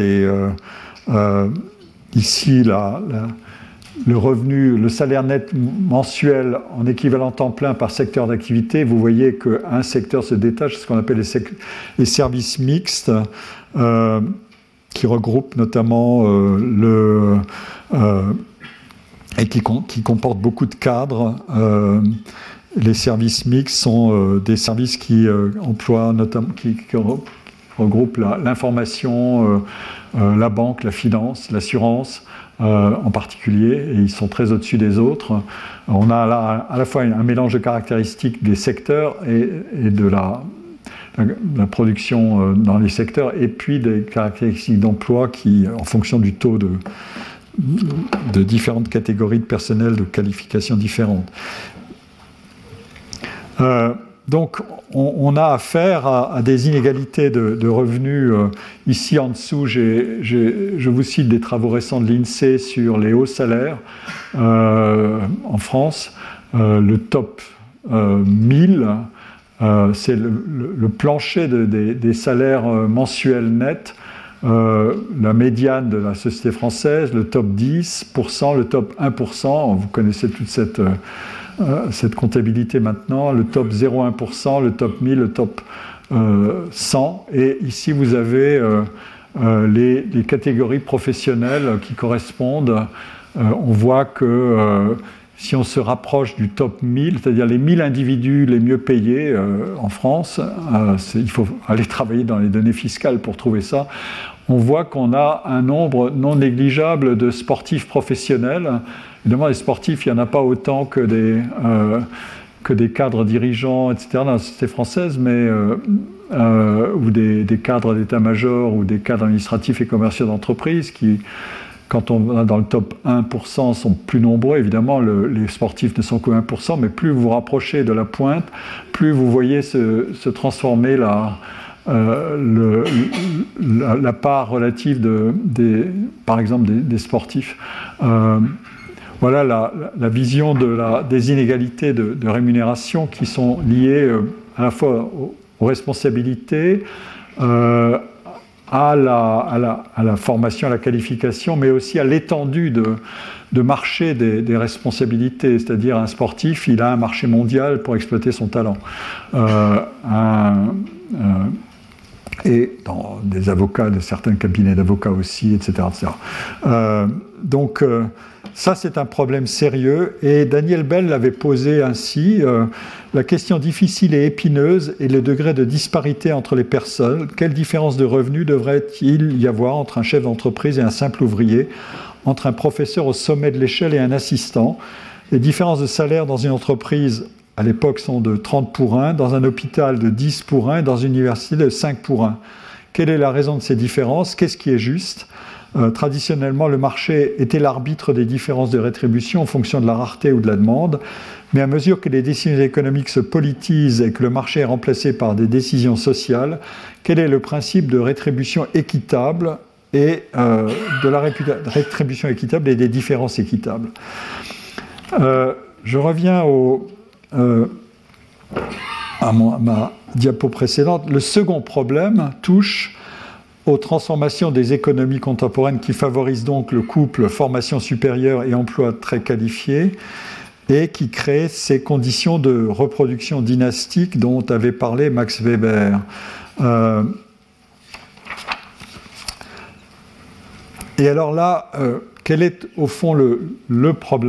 ici le revenu, le salaire net mensuel en équivalent temps plein par secteur d'activité, vous voyez qu'un secteur se détache, ce qu'on appelle les services mixtes, qui regroupent notamment et qui comportent beaucoup de cadres. Les services mixtes sont des services qui emploient notamment, qui regroupent l'information, la banque, la finance, l'assurance, en particulier, et ils sont très au-dessus des autres. On a là à la fois un mélange de caractéristiques des secteurs et de la production dans les secteurs, et puis des caractéristiques d'emploi qui, en fonction du taux de différentes catégories de personnel, de qualifications différentes. Donc, on a affaire à des inégalités de revenus. Ici, en dessous, je vous cite des travaux récents de l'INSEE sur les hauts salaires en France. Le top 1000, c'est le plancher des salaires mensuels nets. La médiane de la société française, le top 10%, le top 1%. Vous connaissez toute cette comptabilité maintenant, le top 0,1%, le top 1000, le top 100. Et ici, vous avez les catégories professionnelles qui correspondent. On voit que si on se rapproche du top 1000, c'est-à-dire les 1000 individus les mieux payés en France, il faut aller travailler dans les données fiscales pour trouver ça, on voit qu'on a un nombre non négligeable de sportifs professionnels. Évidemment, les sportifs, il n'y en a pas autant que des cadres dirigeants, etc., dans la société française, mais, ou des cadres d'état-major ou des cadres administratifs et commerciaux d'entreprise qui, quand on va dans le top 1%, sont plus nombreux. Évidemment, les sportifs ne sont que 1%, mais plus vous vous rapprochez de la pointe, plus vous voyez se transformer la part relative par exemple des sportifs. Voilà la vision des inégalités de rémunération qui sont liées à la fois aux responsabilités, à la formation, à la qualification, mais aussi à l'étendue de marché des responsabilités. C'est-à-dire un sportif, il a un marché mondial pour exploiter son talent. Et dans des avocats, de certains cabinets d'avocats aussi, etc. Donc, ça, c'est un problème sérieux. Et Daniel Bell l'avait posé ainsi. La question difficile et épineuse est le degré de disparité entre les personnes. Quelle différence de revenus devrait-il y avoir entre un chef d'entreprise et un simple ouvrier, entre un professeur au sommet de l'échelle et un assistant? Les différences de salaire dans une entreprise, à l'époque, sont de 30 pour 1, dans un hôpital de 10 pour 1, dans une université de 5 pour 1. Quelle est la raison de ces différences? Qu'est-ce qui est juste? Traditionnellement, le marché était l'arbitre des différences de rétribution en fonction de la rareté ou de la demande, mais à mesure que les décisions économiques se politisent et que le marché est remplacé par des décisions sociales, quel est le principe de rétribution équitable et de la rétribution équitable et des différences équitables? Je reviens à diapo précédente, le second problème touche aux transformations des économies contemporaines qui favorisent donc le couple formation supérieure et emploi très qualifié et qui créent ces conditions de reproduction dynastique dont avait parlé Max Weber. Et alors là, quel est au fond le problème ?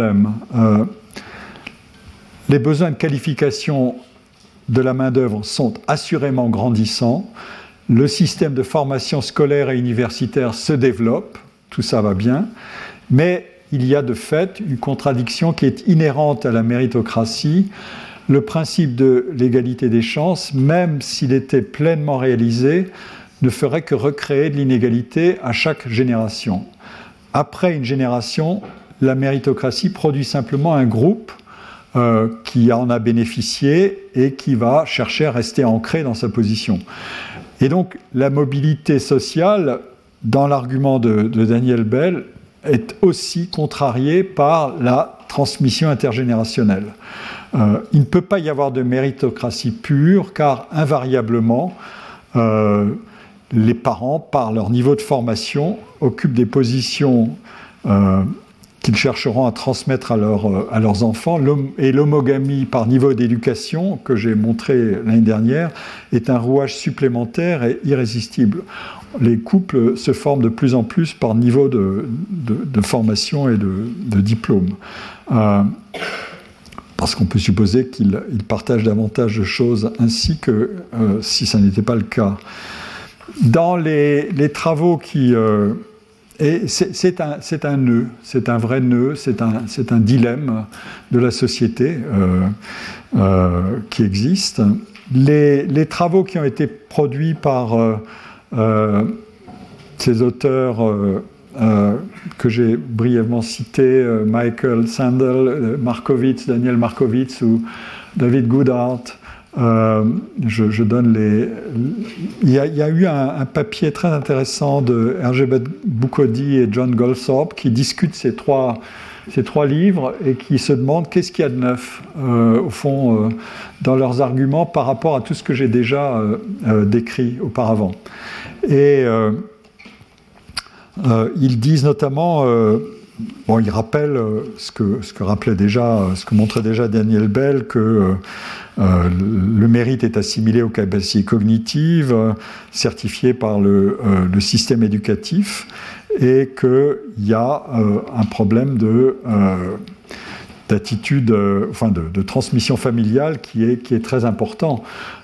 Les besoins de qualification de la main-d'œuvre sont assurément grandissants. Le système de formation scolaire et universitaire se développe, tout ça va bien, mais il y a de fait une contradiction qui est inhérente à la méritocratie. Le principe de l'égalité des chances, même s'il était pleinement réalisé, ne ferait que recréer de l'inégalité à chaque génération. Après une génération, la méritocratie produit simplement un groupe qui en a bénéficié et qui va chercher à rester ancré dans sa position. Et donc, la mobilité sociale, dans l'argument de Daniel Bell, est aussi contrariée par la transmission intergénérationnelle. Il ne peut pas y avoir de méritocratie pure, car invariablement, les parents, par leur niveau de formation, occupent des positions qu'ils chercheront à transmettre à leurs enfants. Et l'homogamie par niveau d'éducation, que j'ai montré l'année dernière, est un rouage supplémentaire et irrésistible. Les couples se forment de plus en plus par niveau de formation et de diplôme. Parce qu'on peut supposer qu'ils partagent davantage de choses ainsi que si ça n'était pas le cas. Dans les travaux qui... et c'est un nœud, c'est un vrai nœud, c'est un dilemme de la société qui existe. Les travaux qui ont été produits par ces auteurs que j'ai brièvement cités, Michael Sandel, Daniel Markovits ou David Goodhart, je donne les... Il y a eu un papier très intéressant de Hergé Boukody et John Goldsthorpe qui discutent ces trois livres et qui se demandent qu'est-ce qu'il y a de neuf, au fond, dans leurs arguments par rapport à tout ce que j'ai déjà décrit auparavant. Et ils disent notamment... ils rappellent ce que rappelait déjà, ce que montrait déjà Daniel Bell, que le mérite est assimilé aux capacités cognitives, certifiées par le système éducatif, et qu'il y a un problème d'attitude, de transmission familiale qui est très important.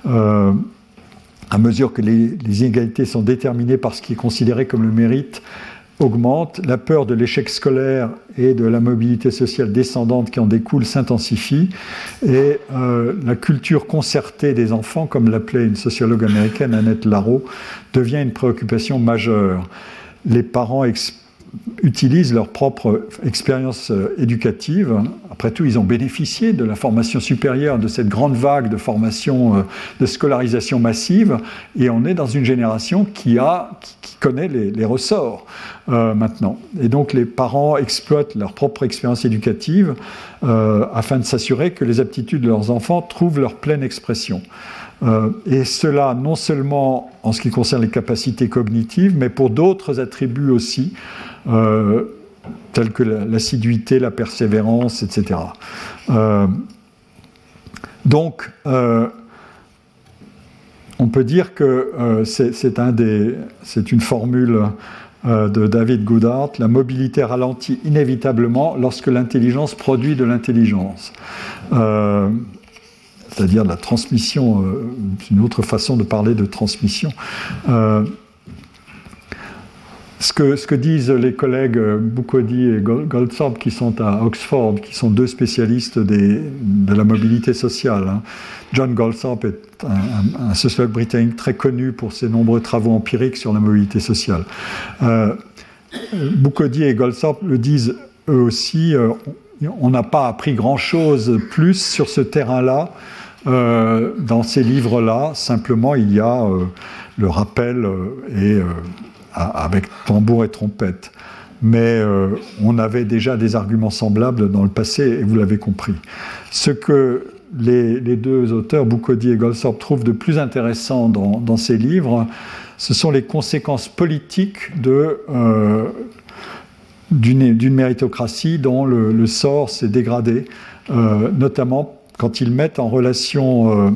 À mesure que les inégalités sont déterminées par ce qui est considéré comme le mérite, augmente, la peur de l'échec scolaire et de la mobilité sociale descendante qui en découle s'intensifie, et la culture concertée des enfants, comme l'appelait une sociologue américaine, Annette Larot, devient une préoccupation majeure. Les parents utilisent leur propre expérience éducative. Après tout, ils ont bénéficié de la formation supérieure, de cette grande vague de formation, de scolarisation massive, et on est dans une génération qui connaît les ressorts maintenant. Et donc les parents exploitent leur propre expérience éducative afin de s'assurer que les aptitudes de leurs enfants trouvent leur pleine expression. Et cela non seulement en ce qui concerne les capacités cognitives, mais pour d'autres attributs aussi, tels que l'assiduité, la persévérance, etc. Donc, on peut dire que c'est une formule de David Goodhart: la mobilité ralentit inévitablement lorsque l'intelligence produit de l'intelligence. C'est-à-dire la transmission, c'est une autre façon de parler de transmission. Ce que disent les collègues Boukody et Goldsthorpe, qui sont à Oxford, qui sont deux spécialistes de la mobilité sociale. John Goldsthorpe est un sociologue britannique très connu pour ses nombreux travaux empiriques sur la mobilité sociale. Boukody et Goldsthorpe le disent eux aussi, on n'a pas appris grand-chose plus sur ce terrain-là dans ces livres-là. Simplement, il y a le rappel avec tambour et trompette. Mais on avait déjà des arguments semblables dans le passé, et vous l'avez compris. Ce que les deux auteurs, Boukody et Goldthorpe, trouvent de plus intéressant dans ces livres, ce sont les conséquences politiques d'une méritocratie dont le sort s'est dégradé, notamment quand ils mettent en relation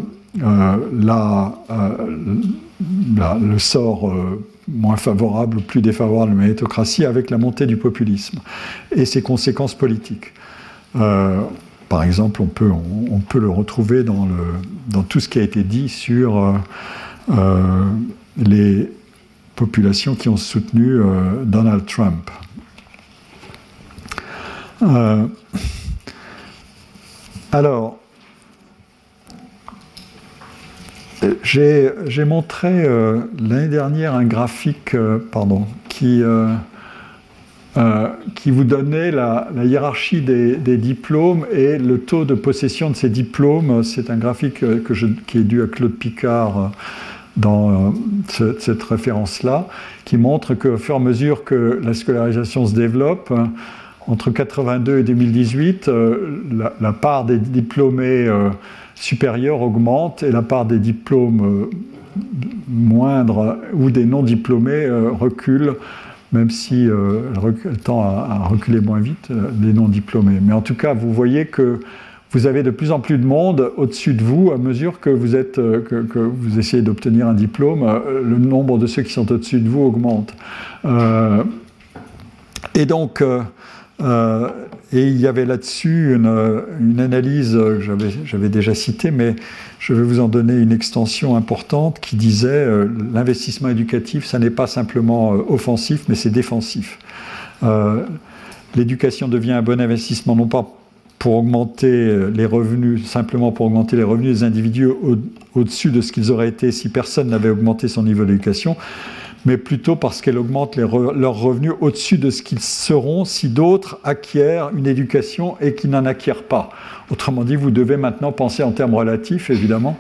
le sort moins favorable ou plus défavorable de la méritocratie avec la montée du populisme et ses conséquences politiques. Par exemple, on peut le retrouver dans tout ce qui a été dit sur les populations qui ont soutenu Donald Trump. Alors, j'ai montré l'année dernière un graphique qui vous donnait la hiérarchie des diplômes et le taux de possession de ces diplômes. C'est un graphique qui est dû à Claude Picard dans cette référence-là, qui montre qu'au fur et à mesure que la scolarisation se développe, entre 1982 et 2018, la part des diplômés supérieurs augmente et la part des diplômes moindres ou des non-diplômés recule, même si elle tend à reculer moins vite, les non-diplômés. Mais en tout cas, vous voyez que vous avez de plus en plus de monde au-dessus de vous à mesure que vous essayez d'obtenir un diplôme. Le nombre de ceux qui sont au-dessus de vous augmente. Et donc, et il y avait là-dessus une analyse que j'avais déjà citée, mais je vais vous en donner une extension importante qui disait l'investissement éducatif, ça n'est pas simplement offensif, mais c'est défensif. L'éducation devient un bon investissement, non pas pour augmenter les revenus, simplement pour augmenter les revenus des individus au-dessus de ce qu'ils auraient été si personne n'avait augmenté son niveau d'éducation, mais plutôt parce qu'elle augmente leurs revenus au-dessus de ce qu'ils seront si d'autres acquièrent une éducation et qui n'en acquièrent pas. Autrement dit, vous devez maintenant penser en termes relatifs, évidemment.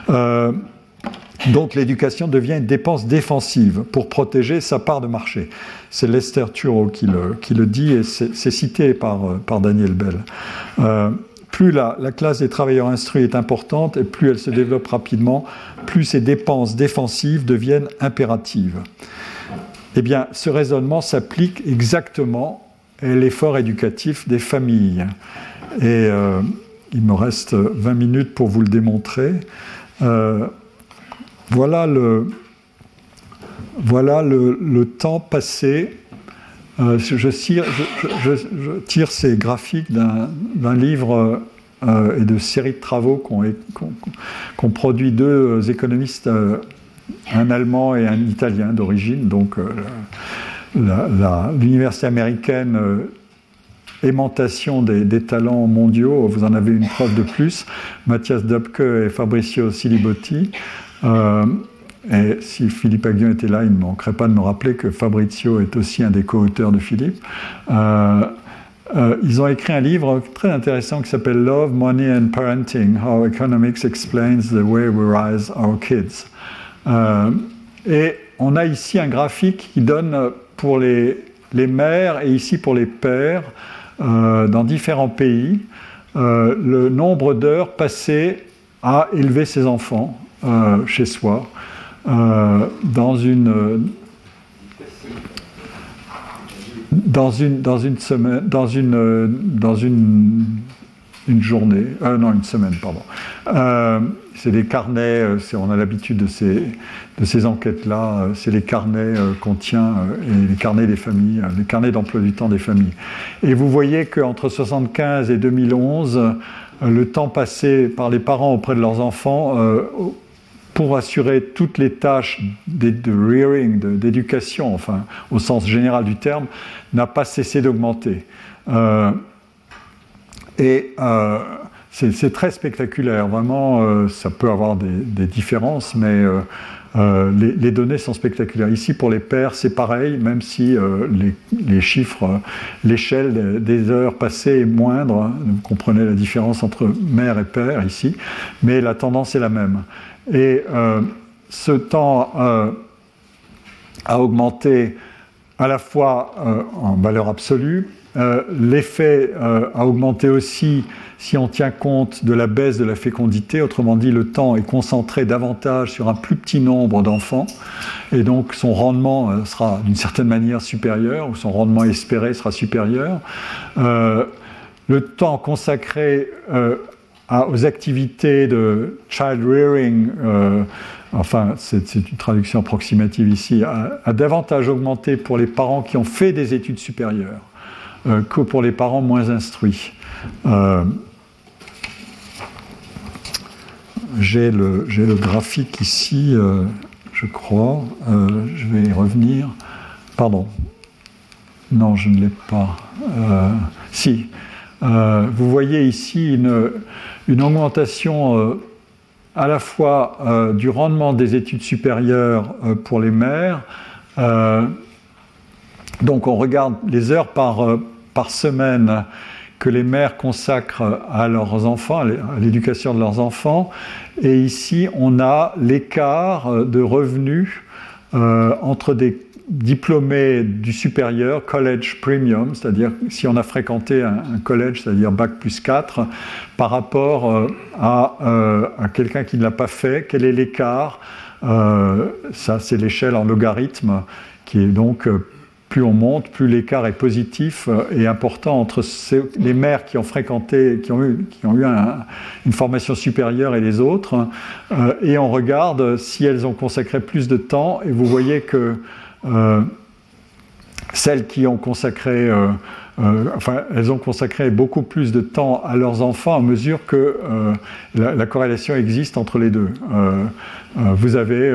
Donc l'éducation devient une dépense défensive pour protéger sa part de marché. C'est Lester Thurow qui le dit et c'est cité par Daniel Bell. Plus la classe des travailleurs instruits est importante et plus elle se développe rapidement, plus ces dépenses défensives deviennent impératives. Eh bien, ce raisonnement s'applique exactement à l'effort éducatif des familles. Et il me reste 20 minutes pour vous le démontrer. Voilà le temps passé. Je tire ces graphiques d'un livre et de séries de travaux qu'ont produit deux économistes, un Allemand et un Italien d'origine. Donc l'université américaine Aimantation des talents mondiaux, vous en avez une preuve de plus, Mathias Döpke et Fabrizio Silibotti. Et si Philippe Aghion était là, il ne manquerait pas de me rappeler que Fabrizio est aussi un des co-auteurs de Philippe. Ils ont écrit un livre très intéressant qui s'appelle Love, Money and Parenting, How Economics Explains the Way We Raise Our Kids. Et on a ici un graphique qui donne pour les mères et ici pour les pères dans différents pays le nombre d'heures passées à élever ses enfants chez soi. Dans une semaine, dans une journée, une semaine, pardon. C'est des carnets, on a l'habitude de ces enquêtes-là, c'est les carnets qu'on tient, et les carnets des familles, les carnets d'emploi du temps des familles. Et vous voyez qu'entre 1975 et 2011, le temps passé par les parents auprès de leurs enfants, pour assurer toutes les tâches de rearing, d'éducation, enfin, au sens général du terme, n'a pas cessé d'augmenter. C'est très spectaculaire, vraiment, ça peut avoir des différences, mais les données sont spectaculaires. Ici, pour les pères, c'est pareil, même si les chiffres, l'échelle des heures passées est moindre, vous comprenez la différence entre mère et père ici, mais la tendance est la même. Et ce temps a augmenté à la fois en valeur absolue. L'effet a augmenté aussi si on tient compte de la baisse de la fécondité, autrement dit, le temps est concentré davantage sur un plus petit nombre d'enfants, et donc son rendement sera d'une certaine manière supérieur, ou son rendement espéré sera supérieur. Le temps consacré aux activités de child rearing, enfin c'est une traduction approximative ici, a davantage augmenté pour les parents qui ont fait des études supérieures que pour les parents moins instruits. J'ai le graphique ici, je crois. Je vais y revenir. Pardon. Non, je ne l'ai pas. Si. Vous voyez ici une augmentation à la fois du rendement des études supérieures pour les mères. Donc on regarde les heures par semaine que les mères consacrent à leurs enfants, à l'éducation de leurs enfants. Et ici, on a l'écart de revenus entre des diplômés du supérieur, college premium, c'est-à-dire si on a fréquenté un collège, c'est-à-dire bac plus 4, par rapport à quelqu'un qui ne l'a pas fait. Quel est l'écart ? Ça, c'est l'échelle en logarithme, qui est donc... plus on monte, plus l'écart est positif et important entre les mères qui ont fréquenté, qui ont eu une formation supérieure et les autres. Et on regarde si elles ont consacré plus de temps. Et vous voyez que celles qui ont consacré, elles ont consacré beaucoup plus de temps à leurs enfants à mesure que la corrélation existe entre les deux. Vous avez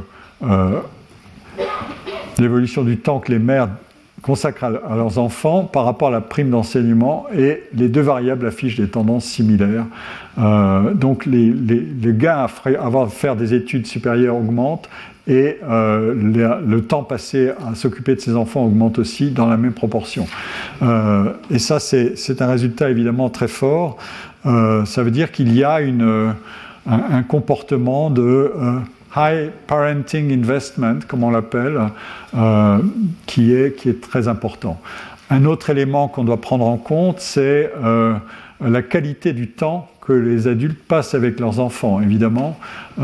l'évolution du temps que les mères consacrent à leurs enfants par rapport à la prime d'enseignement, et les deux variables affichent des tendances similaires. Donc les gains à faire des études supérieures augmentent, et le temps passé à s'occuper de ses enfants augmente aussi dans la même proportion. Et ça, c'est un résultat évidemment très fort. Ça veut dire qu'il y a un comportement de... High Parenting Investment, comme on l'appelle, qui est très important. Un autre élément qu'on doit prendre en compte, c'est la qualité du temps que les adultes passent avec leurs enfants, évidemment.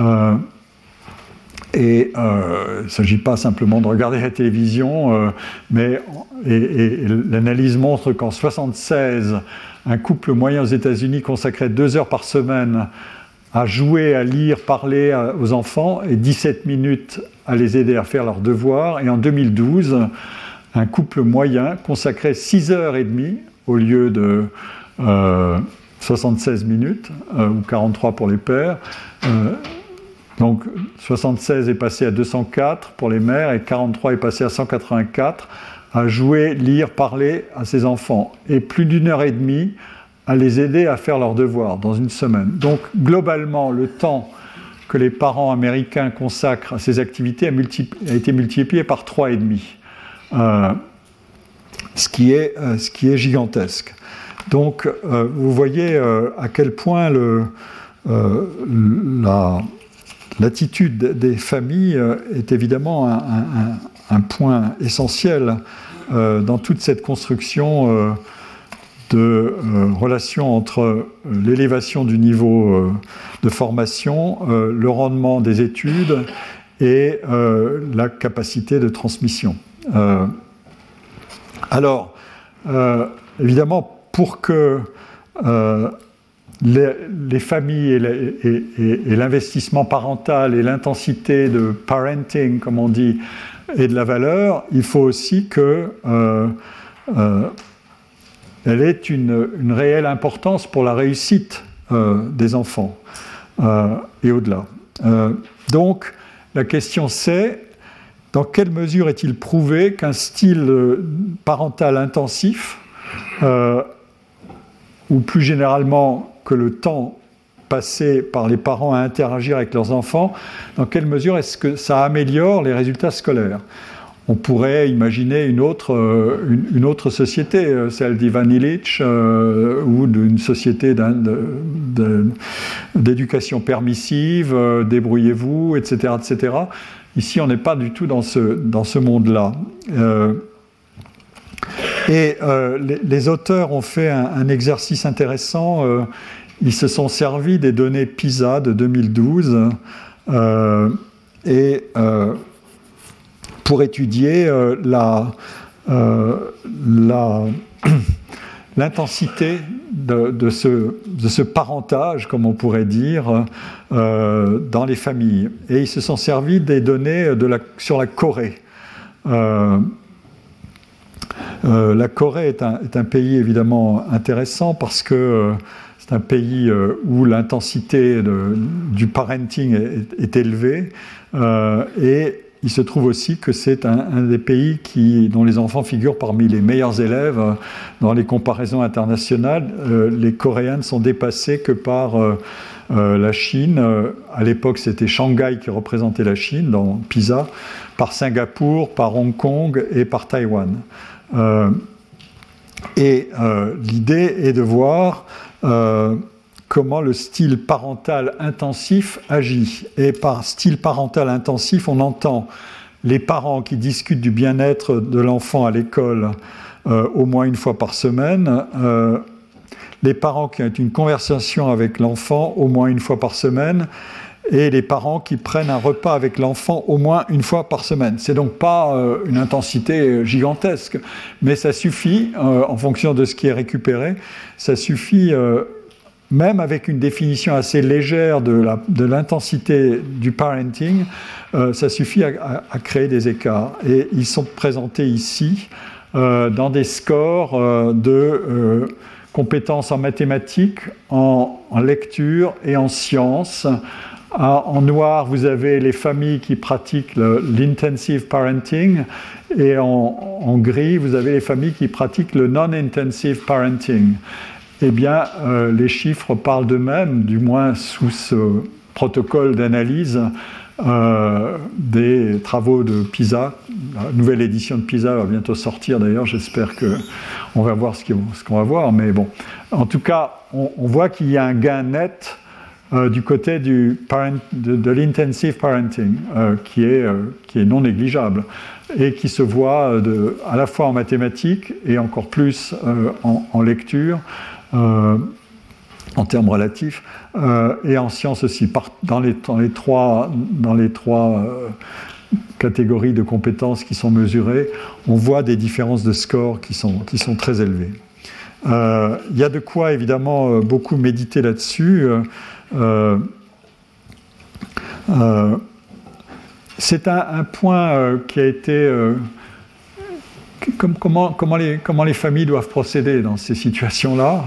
Et il ne s'agit pas simplement de regarder la télévision, mais l'analyse montre qu'en 1976, un couple moyen aux États-Unis consacrait 2 heures par semaine à jouer, à lire, parler aux enfants, et 17 minutes à les aider à faire leurs devoirs. Et en 2012, un couple moyen consacrait 6h30 au lieu de 76 minutes, ou 43 pour les pères. Donc 76 est passé à 204 pour les mères, et 43 est passé à 184, à jouer, lire, parler à ses enfants. Et plus d'1h30 à les aider à faire leurs devoirs dans une semaine. Donc, globalement, le temps que les parents américains consacrent à ces activités a été multiplié par 3,5, ce qui est gigantesque. Donc, vous voyez à quel point l'attitude des familles est évidemment un point essentiel dans toute cette construction de relation entre l'élévation du niveau de formation, le rendement des études et la capacité de transmission. Alors, évidemment, pour que les familles et l'investissement parental et l'intensité de parenting, comme on dit, aient de la valeur, il faut aussi que elle ait une réelle importance pour la réussite des enfants et au-delà. Donc, la question c'est, dans quelle mesure est-il prouvé qu'un style parental intensif, ou plus généralement que le temps passé par les parents à interagir avec leurs enfants, dans quelle mesure est-ce que ça améliore les résultats scolaires ? On pourrait imaginer une autre société, celle d'Ivan Illich, ou d'une société d'éducation permissive, débrouillez-vous, etc., etc. Ici, on n'est pas du tout dans ce monde-là. Et les auteurs ont fait un exercice intéressant. Ils se sont servis des données PISA de 2012 pour étudier l'intensité de ce parentage, comme on pourrait dire, dans les familles. Et ils se sont servis des données sur la Corée. La Corée est un pays évidemment intéressant parce que c'est un pays où l'intensité du parenting est élevée et il se trouve aussi que c'est un des pays dont les enfants figurent parmi les meilleurs élèves dans les comparaisons internationales. Les Coréens ne sont dépassés que par la Chine. À l'époque, c'était Shanghai qui représentait la Chine dans PISA, par Singapour, par Hong Kong et par Taïwan. L'idée est de voir comment le style parental intensif agit. Et par style parental intensif, on entend les parents qui discutent du bien-être de l'enfant à l'école au moins une fois par semaine, les parents qui ont une conversation avec l'enfant au moins une fois par semaine, et les parents qui prennent un repas avec l'enfant au moins une fois par semaine. C'est donc pas une intensité gigantesque, mais ça suffit, en fonction de ce qui est récupéré, ça suffit, même avec une définition assez légère de l'intensité du parenting, ça suffit à créer des écarts. Et ils sont présentés ici dans des scores de compétences en mathématiques, en lecture et en sciences. En noir, vous avez les familles qui pratiquent l'intensive parenting, et en gris, vous avez les familles qui pratiquent le non-intensive parenting. Eh bien, les chiffres parlent d'eux-mêmes, du moins sous ce protocole d'analyse des travaux de PISA. La nouvelle édition de PISA va bientôt sortir, d'ailleurs, j'espère qu'on va voir ce qu'on va voir, mais bon. En tout cas, on voit qu'il y a un gain net du côté de l'intensive parenting, qui est non négligeable, et qui se voit à la fois en mathématiques et encore plus en lecture, en termes relatifs, et en sciences aussi. Dans les trois catégories de compétences qui sont mesurées, on voit des différences de score qui sont très élevées. Il y a de quoi évidemment beaucoup méditer là-dessus. C'est un point qui a été... comment les familles doivent procéder dans ces situations-là.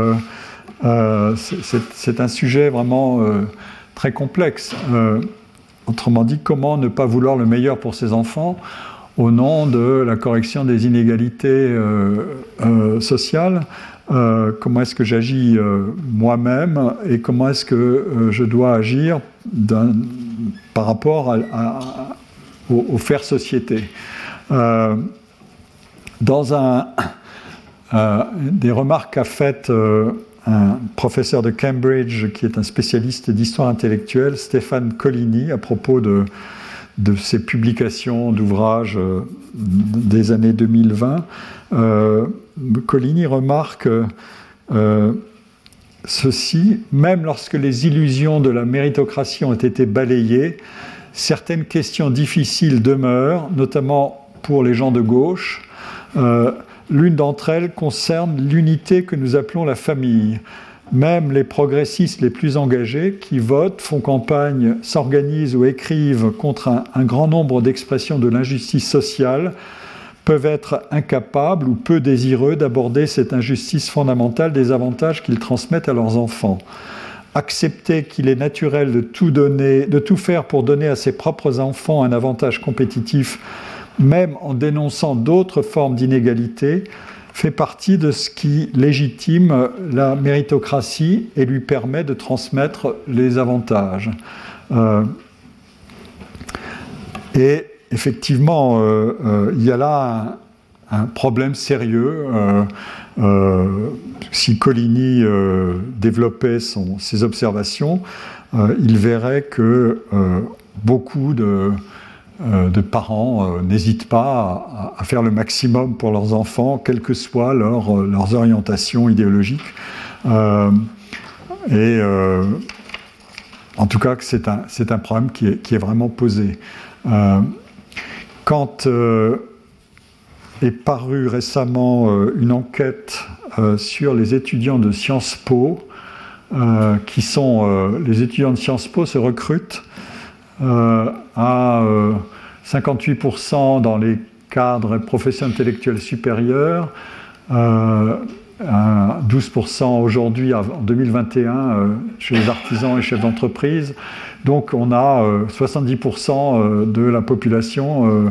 C'est un sujet vraiment très complexe. Autrement dit, comment ne pas vouloir le meilleur pour ses enfants au nom de la correction des inégalités sociales. Comment est-ce que j'agis moi-même et comment est-ce que je dois agir par rapport au faire société. Dans des remarques qu'a faites un professeur de Cambridge qui est un spécialiste d'histoire intellectuelle, Stéphane Collini, à propos de ses publications d'ouvrages des années 2020, Collini remarque ceci: même lorsque les illusions de la méritocratie ont été balayées, certaines questions difficiles demeurent, notamment pour les gens de gauche. L'une d'entre elles concerne l'unité que nous appelons la famille. Même les progressistes les plus engagés qui votent, font campagne, s'organisent ou écrivent contre un grand nombre d'expressions de l'injustice sociale peuvent être incapables ou peu désireux d'aborder cette injustice fondamentale des avantages qu'ils transmettent à leurs enfants. Accepter qu'il est naturel de tout faire pour donner à ses propres enfants un avantage compétitif, même en dénonçant d'autres formes d'inégalité, fait partie de ce qui légitime la méritocratie et lui permet de transmettre les avantages. Et effectivement, il y a là un problème sérieux. Si Collini développait ses observations, il verrait que beaucoup de parents n'hésitent pas à faire le maximum pour leurs enfants, quelles que soient leurs orientations idéologiques. En tout cas, c'est un problème qui est vraiment posé. Quand est parue récemment une enquête sur les étudiants de Sciences Po, les étudiants de Sciences Po se recrutent à 58% dans les cadres et professions intellectuelles supérieures, 12% aujourd'hui en 2021 chez les artisans et chefs d'entreprise. Donc on a 70% de la population,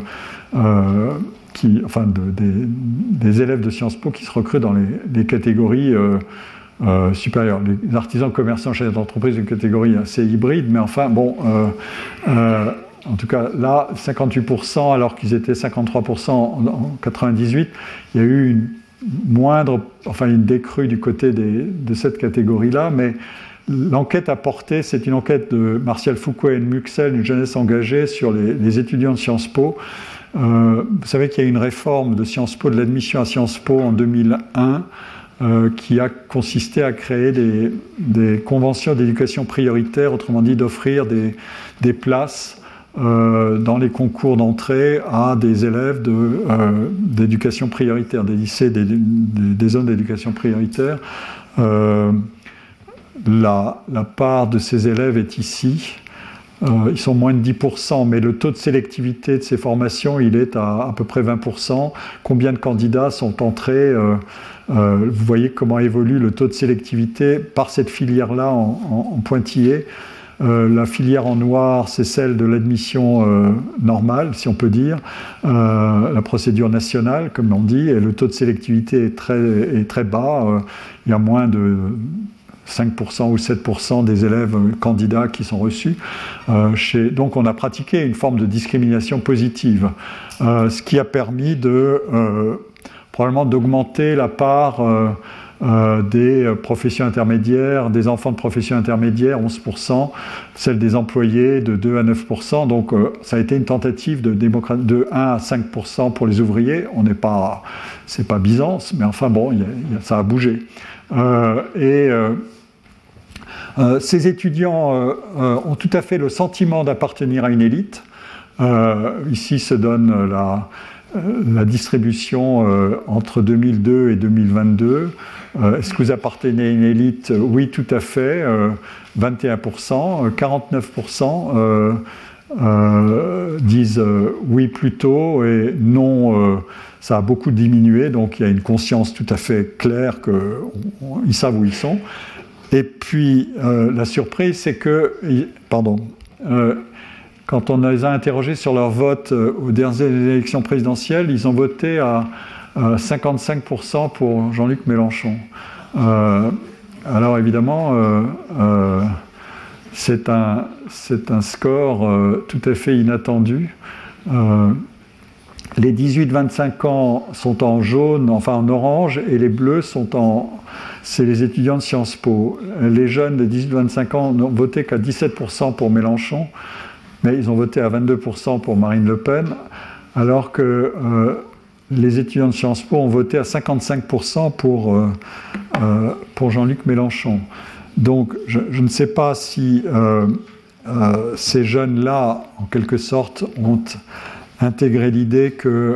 des élèves de Sciences Po qui se recrutent dans les catégories supérieures. Les artisans, commerçants, chefs d'entreprise, une catégorie assez hybride, mais enfin bon. En tout cas, là, 58%, alors qu'ils étaient 53% en 98, il y a eu une décrue du côté de cette catégorie-là, mais l'enquête a porté, c'est une enquête de Martial Foucault et Muxel, une jeunesse engagée sur les étudiants de Sciences Po. Vous savez qu'il y a eu une réforme de Sciences Po, de l'admission à Sciences Po en 2001, qui a consisté à créer des conventions d'éducation prioritaire, autrement dit d'offrir des places dans les concours d'entrée à des élèves d'éducation prioritaire, des lycées, des zones d'éducation prioritaire. La part de ces élèves est ici. Ils sont moins de 10%, mais le taux de sélectivité de ces formations, il est à peu près 20%. Combien de candidats sont entrés vous voyez comment évolue le taux de sélectivité par cette filière-là en pointillé. La filière en noir, c'est celle de l'admission normale, si on peut dire, la procédure nationale, comme on dit, et le taux de sélectivité est très bas. Il y a moins de 5% ou 7% des élèves candidats qui sont reçus. Donc on a pratiqué une forme de discrimination positive, ce qui a permis probablement d'augmenter la part des professions intermédiaires, des enfants de professions intermédiaires, 11%, celle des employés de 2 à 9%. Donc ça a été une tentative de 1 à 5% pour les ouvriers. C'est pas Byzance, mais enfin bon, ça a bougé. Ces étudiants ont tout à fait le sentiment d'appartenir à une élite. Ici se donne la distribution entre 2002 et 2022. Est-ce que vous appartenez à une élite ? Oui, tout à fait, 21%. 49% disent oui plutôt, et non, ça a beaucoup diminué. Donc il y a une conscience tout à fait claire qu'ils savent où ils sont. Et puis la surprise, c'est que... quand on les a interrogés sur leur vote aux dernières élections présidentielles, ils ont voté à 55% pour Jean-Luc Mélenchon. Alors évidemment, c'est un score tout à fait inattendu. Les 18-25 ans sont en jaune, enfin en orange, et les bleus c'est les étudiants de Sciences Po. Les jeunes de 18-25 ans n'ont voté qu'à 17% pour Mélenchon, mais ils ont voté à 22% pour Marine Le Pen, alors que les étudiants de Sciences Po ont voté à 55% pour Jean-Luc Mélenchon. Donc je ne sais pas si ces jeunes-là, en quelque sorte, ont intégré l'idée que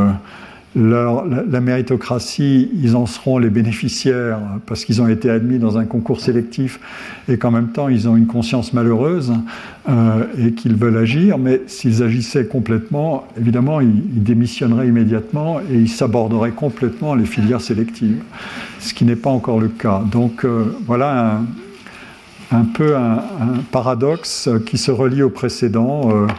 la méritocratie, ils en seront les bénéficiaires parce qu'ils ont été admis dans un concours sélectif et qu'en même temps ils ont une conscience malheureuse et qu'ils veulent agir, mais s'ils agissaient complètement, évidemment ils démissionneraient immédiatement et ils saborderaient complètement les filières sélectives, ce qui n'est pas encore le cas. Donc voilà un peu un paradoxe qui se relie au précédent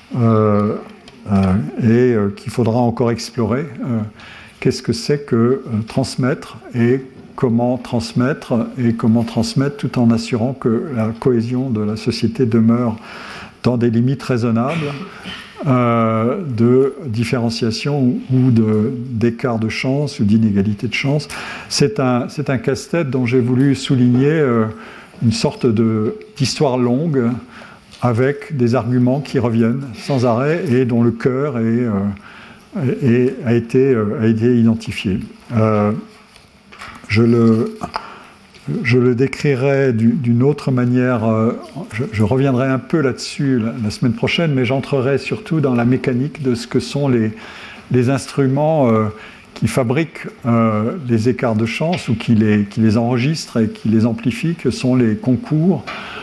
et qu'il faudra encore explorer. Qu'est-ce que c'est que transmettre et comment transmettre tout en assurant que la cohésion de la société demeure dans des limites raisonnables de différenciation ou d'écart de chance ou d'inégalité de chance. C'est un casse-tête dont j'ai voulu souligner une sorte d'histoire longue avec des arguments qui reviennent sans arrêt et dont le cœur a été identifié. Je le décrirai d'une autre manière, je reviendrai un peu là-dessus la semaine prochaine, mais j'entrerai surtout dans la mécanique de ce que sont les instruments qui fabriquent les écarts de chance ou qui les enregistrent et qui les amplifient, que sont les concours,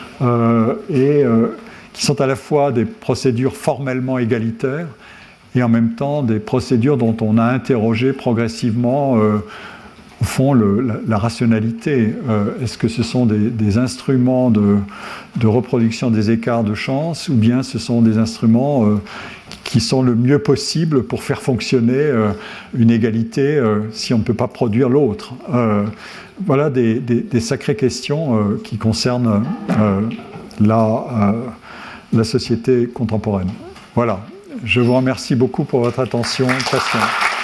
qui sont à la fois des procédures formellement égalitaires et en même temps des procédures dont on a interrogé progressivement au fond la rationalité. Est-ce que ce sont des instruments de reproduction des écarts de chance ou bien ce sont des instruments qui sont le mieux possible pour faire fonctionner une égalité si on ne peut pas produire l'autre. Voilà des sacrées questions qui concernent la société contemporaine. Voilà. Je vous remercie beaucoup pour votre attention patiente.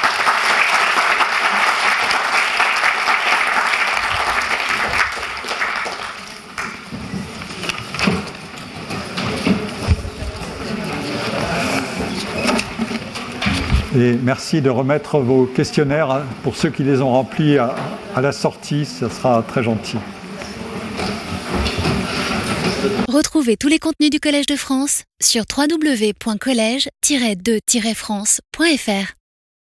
Et merci de remettre vos questionnaires pour ceux qui les ont remplis à la sortie, ça sera très gentil. Retrouvez tous les contenus du Collège de France sur www.collège-2-france.fr.